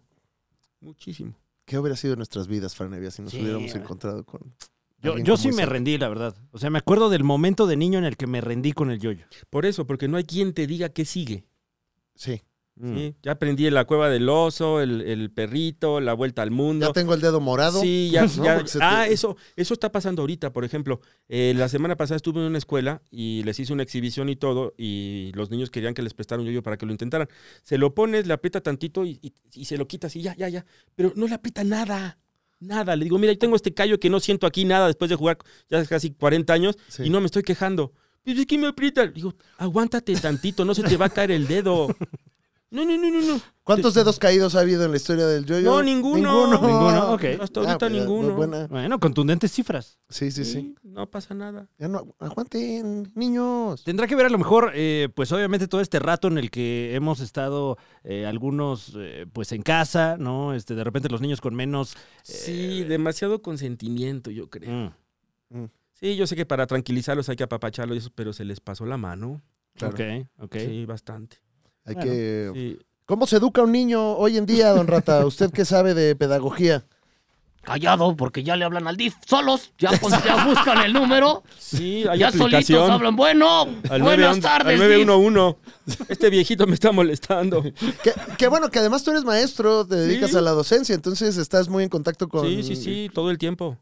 ¿Qué hubiera sido nuestras vidas, Fran Evia, si nos hubiéramos encontrado con... Yo sí me rendí, la verdad. O sea, me acuerdo del momento de niño en el que me rendí con el yo-yo. Por eso, porque no hay quien te diga qué sigue. Sí. Sí, ya aprendí la cueva del oso, el perrito, la vuelta al mundo. Ya tengo el dedo morado. Sí, eso está pasando ahorita, por ejemplo. La semana pasada estuve en una escuela y les hice una exhibición y todo, y los niños querían que les prestara un yo-yo para que lo intentaran. Se lo pones, le aprieta tantito y se lo quitas y ya. Pero no le aprieta nada. Nada. Le digo, mira, yo tengo este callo que no siento aquí nada después de jugar ya casi 40 años y no me estoy quejando. Pues es que me aprieta. Digo, aguántate tantito, no se te va a caer el dedo. No. ¿Cuántos dedos caídos ha habido en la historia del yo-yo? No, ninguno. Ok. Hasta ahorita ninguno. Bueno, contundentes cifras. Sí. No pasa nada. Ya no, aguanten, niños. Tendrá que ver a lo mejor, pues obviamente todo este rato en el que hemos estado algunos pues en casa, ¿no? De repente los niños con menos... Sí, demasiado consentimiento, yo creo. Sí, yo sé que para tranquilizarlos hay que apapacharlos y eso, pero se les pasó la mano. Claro. Ok. Sí, bastante. Hay que... Sí. ¿Cómo se educa un niño hoy en día, don Rata? ¿Usted qué sabe de pedagogía? Callado, porque ya le hablan al DIF solos. Ya buscan el número. Sí, hay ya aplicación. Solitos hablan. Buenas tardes, al 911. Este viejito me está molestando. Que bueno, que además tú eres maestro, te dedicas a la docencia, entonces estás muy en contacto con... Sí, todo el tiempo.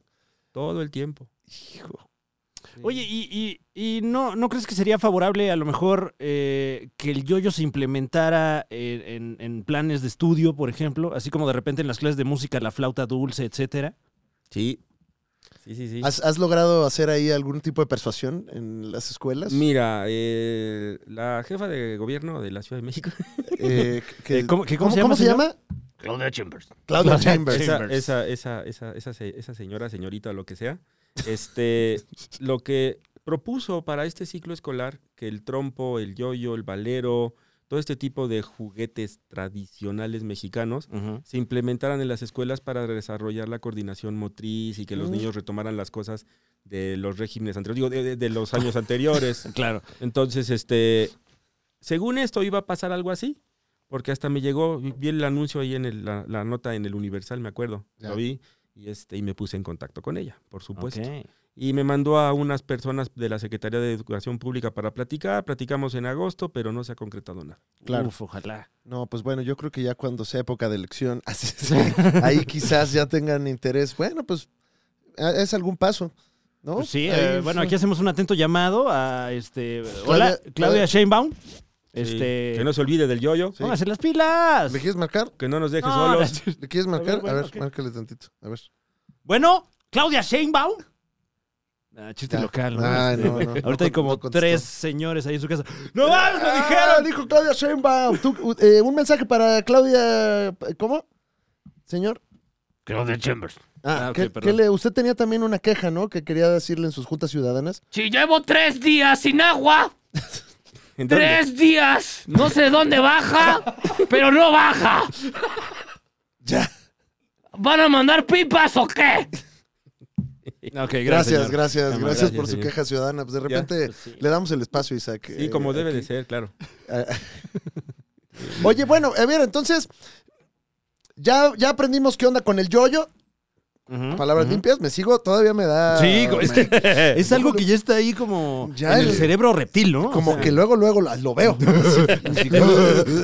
Hijo. Oye, ¿y no crees que sería favorable a lo mejor que el yo-yo se implementara en planes de estudio, por ejemplo? Así como de repente en las clases de música, la flauta dulce, etcétera. Sí. ¿Has logrado hacer ahí algún tipo de persuasión en las escuelas? Mira, la jefa de gobierno de la Ciudad de México. ¿Cómo se llama? Claudia Chambers. Claudia Chambers. Esa señorita, lo que sea. Lo que propuso para este ciclo escolar, que el trompo, el yo-yo, el valero, todo este tipo de juguetes tradicionales mexicanos se implementaran en las escuelas para desarrollar la coordinación motriz y que los niños retomaran las cosas de los regímenes anteriores, digo, de los años anteriores. Claro. Entonces, según esto iba a pasar algo así, porque hasta me llegó, vi el anuncio ahí en la nota en el Universal, me acuerdo, lo vi. Y me puse en contacto con ella, por supuesto. Okay. y me mandó a unas personas de la Secretaría de Educación Pública para platicar. Platicamos en agosto, pero no se ha concretado nada. Claro. Uf, ojalá. No, pues bueno, yo creo que ya cuando sea época de elección, ahí quizás ya tengan interés. Bueno, pues es algún paso, ¿no? Pues sí, Ahí, bueno, aquí hacemos un atento llamado a hola, Claudia Sheinbaum. Sí, que no se olvide del yoyo. Vamos a hacer las pilas. ¿Le quieres marcar? Que no nos deje No, solos. ¿Le quieres marcar? bueno, A ver, ok. márcale tantito. A ver. Bueno, Claudia Sheinbaum. Chiste Ya. local, ¿no? Ay, no. Ahorita hay como no contestó. 3 señores ahí en su casa. ¡No mames, me dijeron! Dijo Claudia Sheinbaum. Un mensaje para Claudia. ¿Cómo? Señor. Claudia Chambers. Ah, ok, ¿qué perdón. usted tenía también una queja, ¿no? Que quería decirle en sus juntas ciudadanas. Si llevo 3 días sin agua, ¿En dónde? 3 días, no sé dónde baja, pero no baja. Ya. ¿Van a mandar pipas o qué? Ok, Gracias señor. gracias Gracias, por su señor. queja ciudadana. Pues de repente pues sí. le damos el espacio, Isaac. Sí, como debe de aquí. ser, claro. Oye, bueno, a ver, entonces, ya aprendimos qué onda con el yoyo. Ujú, Palabras ujú. limpias, me sigo, todavía me da... Sí, es me- que es algo que ya está ahí como Ya en el el- cerebro reptil, ¿no? Como O sea, que luego lo veo. así como-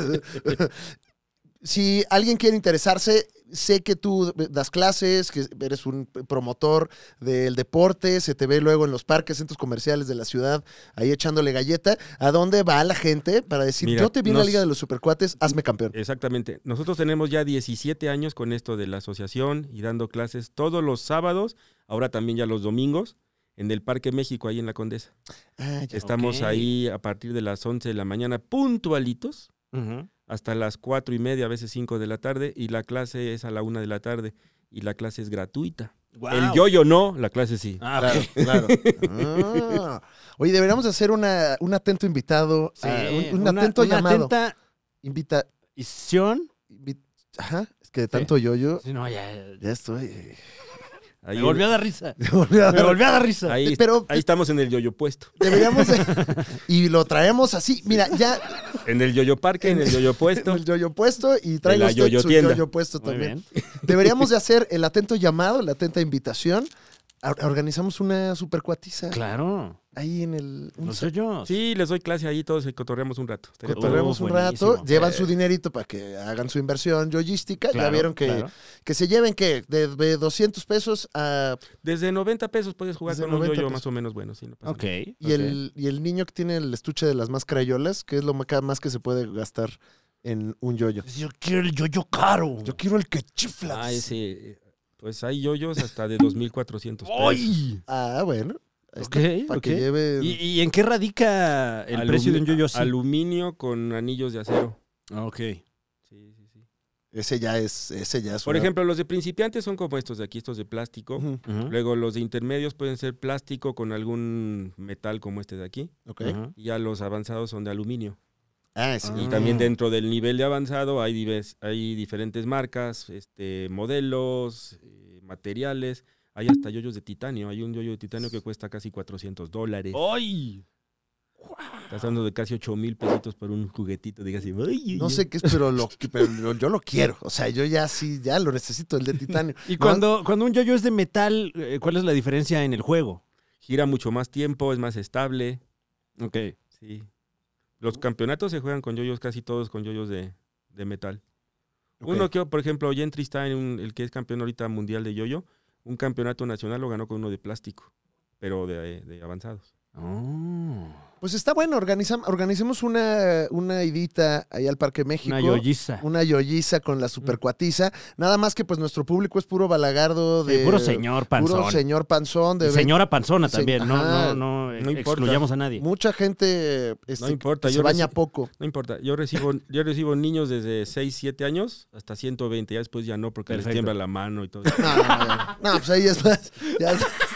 Si alguien quiere interesarse, sé que tú das clases, que eres un promotor del deporte, se te ve luego en los parques, centros comerciales de la ciudad, ahí echándole galleta. ¿A dónde va la gente para decir, Mira, yo te vi en la nos- Liga de los Supercuates, hazme campeón? Exactamente. Nosotros tenemos ya 17 años con esto de la asociación y dando clases todos los sábados, ahora también ya los domingos, en el Parque México, ahí en la Condesa. Ah, ya. Estamos Ok. ahí a partir de las 11 de la mañana, puntualitos, Ujú. hasta las 4:30, a veces 5 de la tarde, y la clase es a la 1 de la tarde, y la clase es gratuita. Guau. El yoyo no, la clase sí. Ah, Claro, ok. claro. Ah. Oye, deberíamos hacer un atento invitado, Sí, un atento una llamado. atenta Invitación. Ajá, es que de tanto yoyo, Sí, no, ya ya estoy. Ahí, me volvió a dar risa. Me volví a Me dar- volvió a dar risa. ahí, Pero- ahí estamos en el yoyo puesto. Deberíamos y lo traemos así. Mira, ya En el yoyo parque, en el yoyo puesto. el yoyo puesto y traigo la usted yoyo su tienda. yoyo puesto Muy también. bien. Deberíamos de hacer el atento llamado, la atenta invitación. Organizamos una supercuatiza Claro. ahí en el... Los yoyos. Sí, les doy clase ahí, todos cotorreamos un rato. Estaría padre. Cotorreamos un buenísimo. rato, llevan su dinerito para que hagan su inversión yoyística. Claro, Ya vieron que, claro. que se lleven que de 200 pesos a... Desde 90 pesos puedes jugar Desde con un 90 yoyo pesos. más o menos bueno. Sí, no pasa Ok. nada. Y, el niño que tiene el estuche de las más crayolas, que es lo más que se puede gastar en un yoyo. Yo quiero el yoyo caro. Yo quiero el que chifla. Ah, ese, pues hay yoyos hasta de 2,400 pesos. ¡Ay! Ah, bueno. Ahí Ok, está, para ok. que lleven... ¿Y en qué radica el precio de un yoyo así? Aluminio con anillos de acero. Ok. Sí, sí, sí. Ese ya es Por una- ejemplo, los de principiantes son como estos de aquí, estos de plástico. Ujú, Ujú. Luego los de intermedios pueden ser plástico con algún metal como este de aquí. ok. Ujú. Y ya los avanzados son de aluminio. Sí. Y también dentro del nivel de avanzado hay diferentes marcas, modelos, materiales. Hay hasta yoyos de titanio. Hay un yoyo de titanio que cuesta casi $400. ¡Ay! Estás hablando de casi 8,000 pesitos por un juguetito. Digas así, "Ay, No ay, sé qué es, pero yo lo quiero. O sea, yo ya sí, ya lo necesito, el de titanio. Y No, cuando un yoyo es de metal, ¿cuál es la diferencia en el juego? gira mucho más tiempo, es más estable." Ok. Sí. Los campeonatos se juegan con yoyos, casi todos con yoyos de metal. ok. Uno que, por ejemplo, Gentry está en el que es campeón ahorita mundial de yoyo. Un campeonato nacional lo ganó con uno de plástico, pero de avanzados. Oh. Pues está bueno, organicemos una idita ahí al Parque México. Una yoyiza. Una yoyiza con la supercuatiza. Nada más que pues nuestro público es puro balagardo de... Puro señor panzón. Puro señor panzón. Y señora panzona Se- también. ajá. No No importa. excluyamos a nadie. Mucha gente No importa, se yo baña reci- poco. No importa, yo recibo niños desde 6, 7 años hasta 120, ya después ya no, porque Perfecto. les tiembla la mano y todo. No, pues ahí es más... Ya,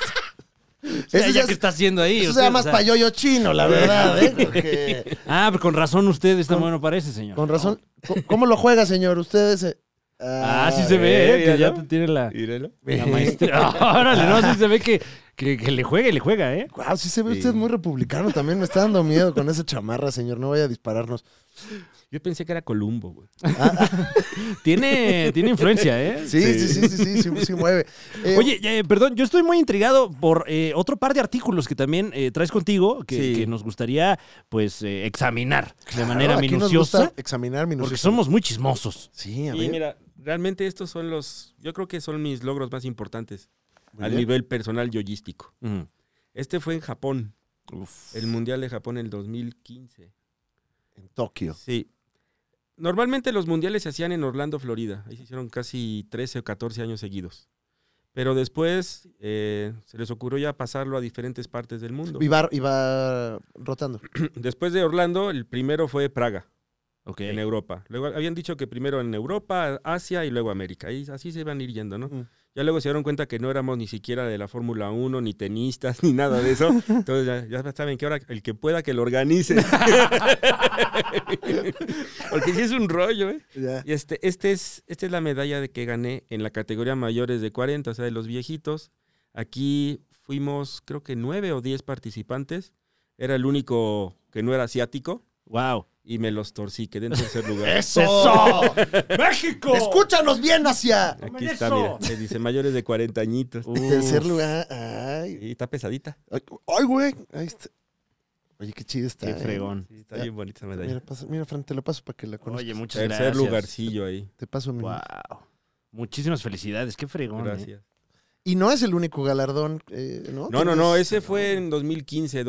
Ese ya que está haciendo ahí. eso usted, se llama o sea. payoyo chino, la verdad, ¿eh? Porque, Ah, pero con razón usted está Con- bueno parece, señor. con razón. ¿Cómo lo juega, señor? Ustedes... Ah, sí se ve, que míralo. ya te tiene la Míralo. maestría. Órale, no, sí se ve que Que le juega, ¿eh? Wow, sí se ve usted muy republicano también. Me está dando miedo con esa chamarra, señor. No vaya a dispararnos. Yo pensé que era Columbo, güey. Tiene influencia, ¿eh? Sí mueve. Oye, perdón, yo estoy muy intrigado por otro par de artículos que también traes contigo que nos gustaría, pues, examinar de manera aquí minuciosa. Nos gusta examinar minuciosa. Porque somos muy chismosos. Sí, a Y ver. mira, realmente estos son yo creo que son mis logros más importantes Muy al bien. nivel personal yoyístico. Ujú. Este fue en Japón, Uf. el Mundial de Japón en el 2015. En Tokio. Sí. Normalmente los mundiales se hacían en Orlando, Florida. Ahí se hicieron casi 13 o 14 años seguidos. Pero después se les ocurrió ya pasarlo a diferentes partes del mundo. Iba rotando. Después de Orlando, el primero fue Praga, Ok. en Europa. Luego habían dicho que primero en Europa, Asia y luego América. Y así se iban a ir yendo, ¿no? Ya luego se dieron cuenta que no éramos ni siquiera de la Fórmula 1, ni tenistas, ni nada de eso. Entonces ya saben que ahora el que pueda que lo organice. Porque sí es un rollo, ¿eh? Ya. Y esta es la medalla de que gané en la categoría mayores de 40, o sea, de los viejitos. Aquí fuimos, creo que 9 o 10 participantes. Era el único que no era asiático. Wow. Y me los torcí, quedé en tercer lugar. ¡Eso! ¡México! ¡Escúchanos bien, Asia! Aquí ¡Tomen está, eso! mira. Se dice mayores de 40 añitos. Tercer lugar. Ay, Y está pesadita. ay, güey. Ahí está. Oye, qué chido está. Qué fregón. Sí, está bien bonita esa medalla. Mira, Fran, te lo paso para que la conozcas. Oye, muchas Tercer gracias. lugarcillo ahí. Te paso mi. Wow. Muchísimas felicidades. Qué fregón. Gracias. Y no es el único galardón, ¿no? No, ese fue en 2015,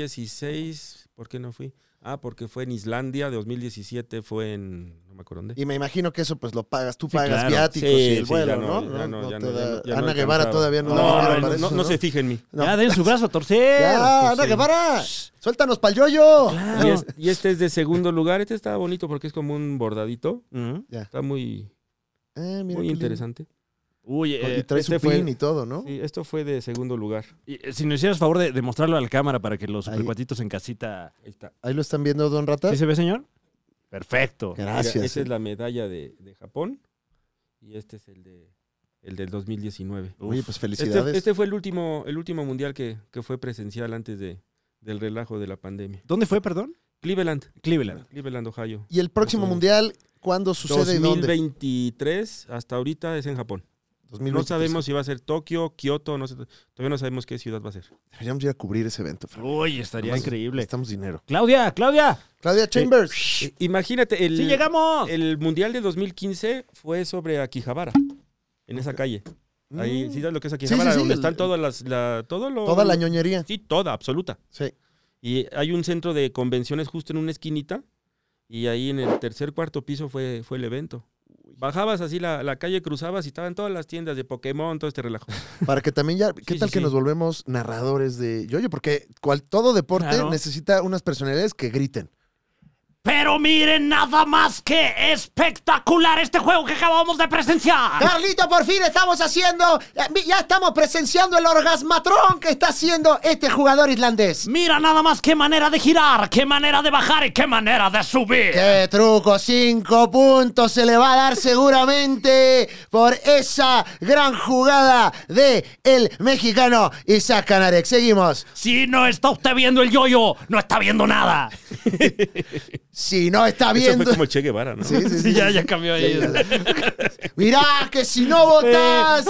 2016, ¿por qué no fui? Porque fue en Islandia, 2017 fue en, no me acuerdo dónde. Y me imagino que eso pues lo pagas. Tú Sí, pagas claro. viáticos Sí, y el sí, vuelo, ya ¿no? no, ya no, ya te no, da- ya no Ana Guevara alcanzaba. todavía no. No se fije en mí. No. Ya den su brazo a torcer. Ya, Ana sí. Guevara, suéltanos pa'l yoyo. Claro. Y este es de segundo lugar, este está bonito porque es como un bordadito, Ujú. está muy, Mira muy qué lindo. interesante. Uy, Y trae su este fue- pin y todo, ¿no? Sí, esto fue de segundo lugar. si nos hicieras favor de mostrarlo a la cámara para que los Ahí. supercuatitos en casita... Ahí está. Ahí lo están viendo, don Rata. ¿Sí se ve, señor? Perfecto. Gracias. Mira, esta es la medalla de Japón y este es el del 2019. Oye, pues Este, felicidades. este fue el último mundial que fue presencial antes del relajo de la pandemia. ¿Dónde fue, perdón? Cleveland, Cleveland. Ohio. ¿Y el próximo mundial cuándo sucede y dónde? 2023, hasta ahorita es en Japón. 2023. No sabemos si va a ser Tokio, Kioto, no sé, todavía no sabemos qué ciudad va a ser. Deberíamos ir a cubrir ese evento, Fran. Uy, estaría Además, increíble. Necesitamos dinero. ¡Claudia! Claudia Chambers. Imagínate, ¡Sí llegamos! el mundial de 2015 fue sobre Akihabara, en esa calle. Ahí, ¿sí sabes lo que es Akihabara? sí, donde el- están todas todo lo... Toda la ñoñería. Sí, toda, absoluta. Sí. Y hay un centro de convenciones justo en una esquinita y ahí en el tercer, cuarto piso fue el evento. Bajabas así la calle, cruzabas y estaban todas las tiendas de Pokémon, todo este relajo. Para que también ya, ¿qué Sí, tal sí, que sí. nos volvemos narradores de yoyo? Porque todo deporte Claro. necesita unas personalidades que griten. Pero miren nada más que espectacular este juego que acabamos de presenciar. Carlito, por fin estamos haciendo, ya estamos presenciando el orgasmatrón que está haciendo este jugador islandés. Mira nada más qué manera de girar, qué manera de bajar y qué manera de subir. ¡Qué truco! 5 puntos se le va a dar seguramente por esa gran jugada de el mexicano Isaac Canarek. Seguimos. Si no está usted viendo el yoyo, no está viendo nada. Si no está Eso viendo... fue como Che Guevara, ¿no? Sí, sí, Sí, ya cambió ahí. Mirá, que si no votás,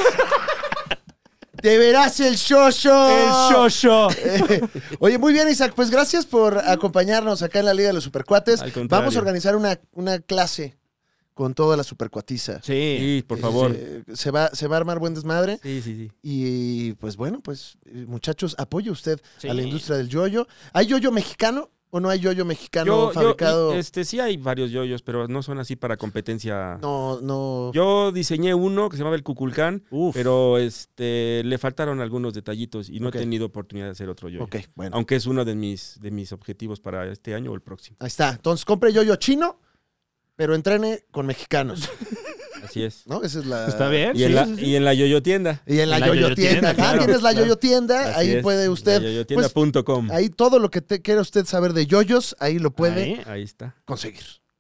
te verás el yoyo. El yoyo. Oye, muy bien, Isaac. Pues gracias por acompañarnos acá en la Liga de los Supercuates. Al contrario. Vamos a organizar una clase con toda la supercuatiza. Sí. Sí, por favor. Se va a armar buen desmadre. Sí, sí, sí. Y pues bueno, muchachos, apoye usted Sí. a la industria del yoyo. ¿Hay yoyo mexicano o no hay yoyo mexicano fabricado? Sí hay varios yoyos, pero no son así para competencia. No. Yo diseñé uno que se llamaba el Cuculcán, Uf. pero le faltaron algunos detallitos y no Ok. he tenido oportunidad de hacer otro yoyo. Ok, bueno. Aunque es uno de mis objetivos para este año o el próximo. Ahí está. Entonces compre yoyo chino, pero entrene con mexicanos. Así es. ¿No? Esa es la... Está bien. Y, en la yoyo tienda. Y en la La yoyo yoyo tienda. tienda, claro, Tienes la claro. yoyo tienda, Así ahí es, puede usted... yoyotienda.com. Ahí todo lo que quiera usted saber de yoyos, ahí lo puede Ahí. Ahí está. conseguir.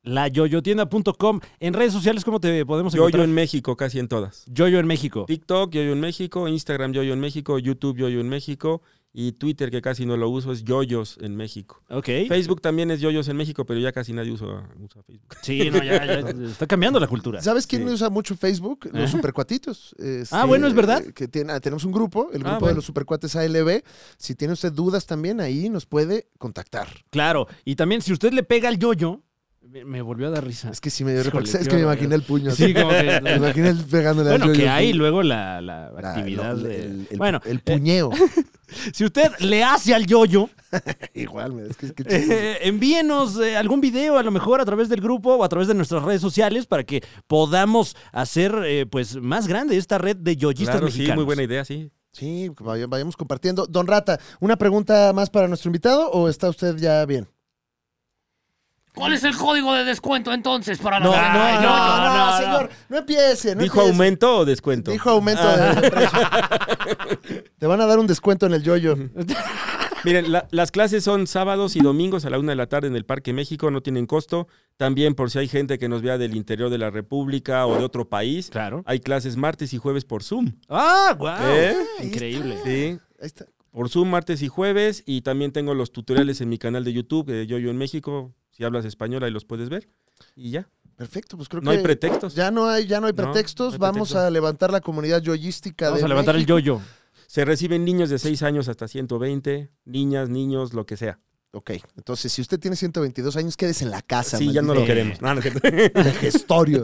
layoyotienda.com. En redes sociales, ¿cómo te podemos Yoyo encontrar? en México, casi en todas. Yoyo en México. TikTok, Yoyo en México, Instagram, Yoyo en México, YouTube, Yoyo en México y Twitter, que casi no lo uso, es Yoyos en México. Ok. Facebook también es Yoyos en México, pero ya casi nadie usa Facebook. Sí, no, ya está cambiando la cultura. ¿Sabes quién usa mucho Facebook? Los supercuatitos. Bueno, es verdad. Que tenemos un grupo, el grupo de los supercuates ALB. Si tiene usted dudas también, ahí nos puede contactar. Claro, y también si usted le pega al yoyo, me volvió a dar risa. Es que sí me dio Híjole, es que me imaginé el puño. Sí, como que... Me imaginé pegándole al Bueno, yoyo. que hay luego la actividad bueno, el puñeo. Si usted le hace al yoyo, Igual, es que envíenos algún video a lo mejor a través del grupo o a través de nuestras redes sociales para que podamos hacer pues más grande esta red de yoyistas mexicanos. Sí, muy buena idea, sí. Sí, vayamos compartiendo. Don Rata, ¿una pregunta más para nuestro invitado o está usted ya bien? ¿Cuál es el código de descuento entonces para la No, señor, no empiece. ¿Dijo aumento o descuento? Dijo aumento de precio. Te van a dar un descuento en el yoyo. Miren, las clases son sábados y domingos a la 1 de la tarde en el Parque México, no tienen costo. También por si hay gente que nos vea del interior de la República o de otro país, Claro. hay clases martes y jueves por Zoom. ¡Ah, guau! ¿Eh? Increíble. Sí, Ahí está. por Zoom martes y jueves, y también tengo los tutoriales en mi canal de YouTube, Yoyo en México. Si hablas español, ahí los puedes ver. Y ya. Perfecto, pues creo No que hay pretextos. ya no hay pretextos. no hay Vamos pretextos. a levantar la comunidad yoyística Vamos de a levantar México. el yoyo. Se reciben niños de 6 años hasta 120, niñas, niños, lo que sea. Ok, entonces si usted tiene 122 años, quédese en la casa. Sí, ya no lo maldito queremos. No, no es cierto. vejestorio.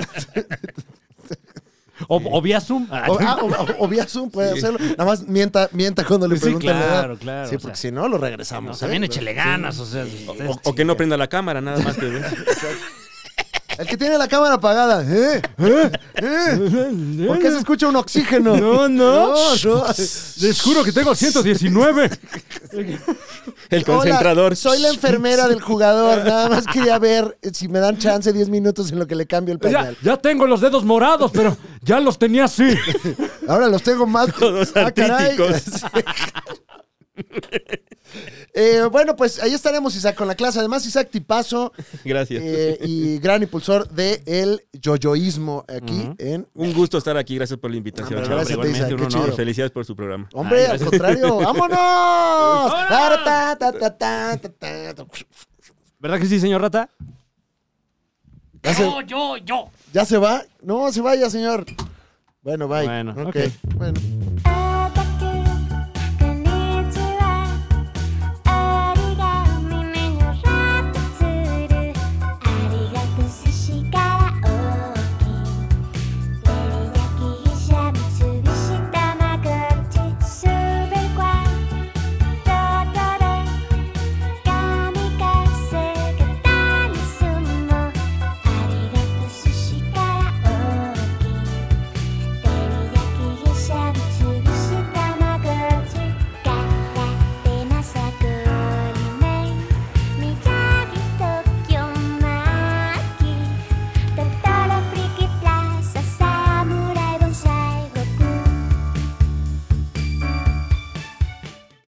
O vía Zoom. O vía Zoom puede hacerlo. Nada más mienta cuando le Sí, preguntan la edad. claro. Sí, o porque sea, si no, lo regresamos. no, también ¿eh? échele ganas, o sea. O que no prenda la cámara, nada más que ver. El que tiene la cámara apagada. ¿Por qué se escucha un oxígeno? No. no. Les juro que tengo 119. El concentrador. Hola, soy la enfermera del jugador. Nada más quería ver si me dan chance 10 minutos en lo que le cambio el pañal. Ya tengo los dedos morados, pero ya los tenía así. Ahora los tengo más. Todos caray. artísticos. Bueno, pues ahí estaremos, Isaac, con la clase. Además, Isaac, tipazo Gracias. y gran impulsor del yoyoísmo aquí en... Un gusto estar aquí. Gracias por la invitación. Hombre, chavos. gracias a ti, Isaac, Igualmente, qué un honor. chido. Felicidades por su programa. Hombre, al contrario, ¡vámonos! ¿Verdad que sí, señor Rata? Yo. ¿Ya se va? No, se vaya, señor. Bueno, bye. Bueno, ok. ok. Bueno.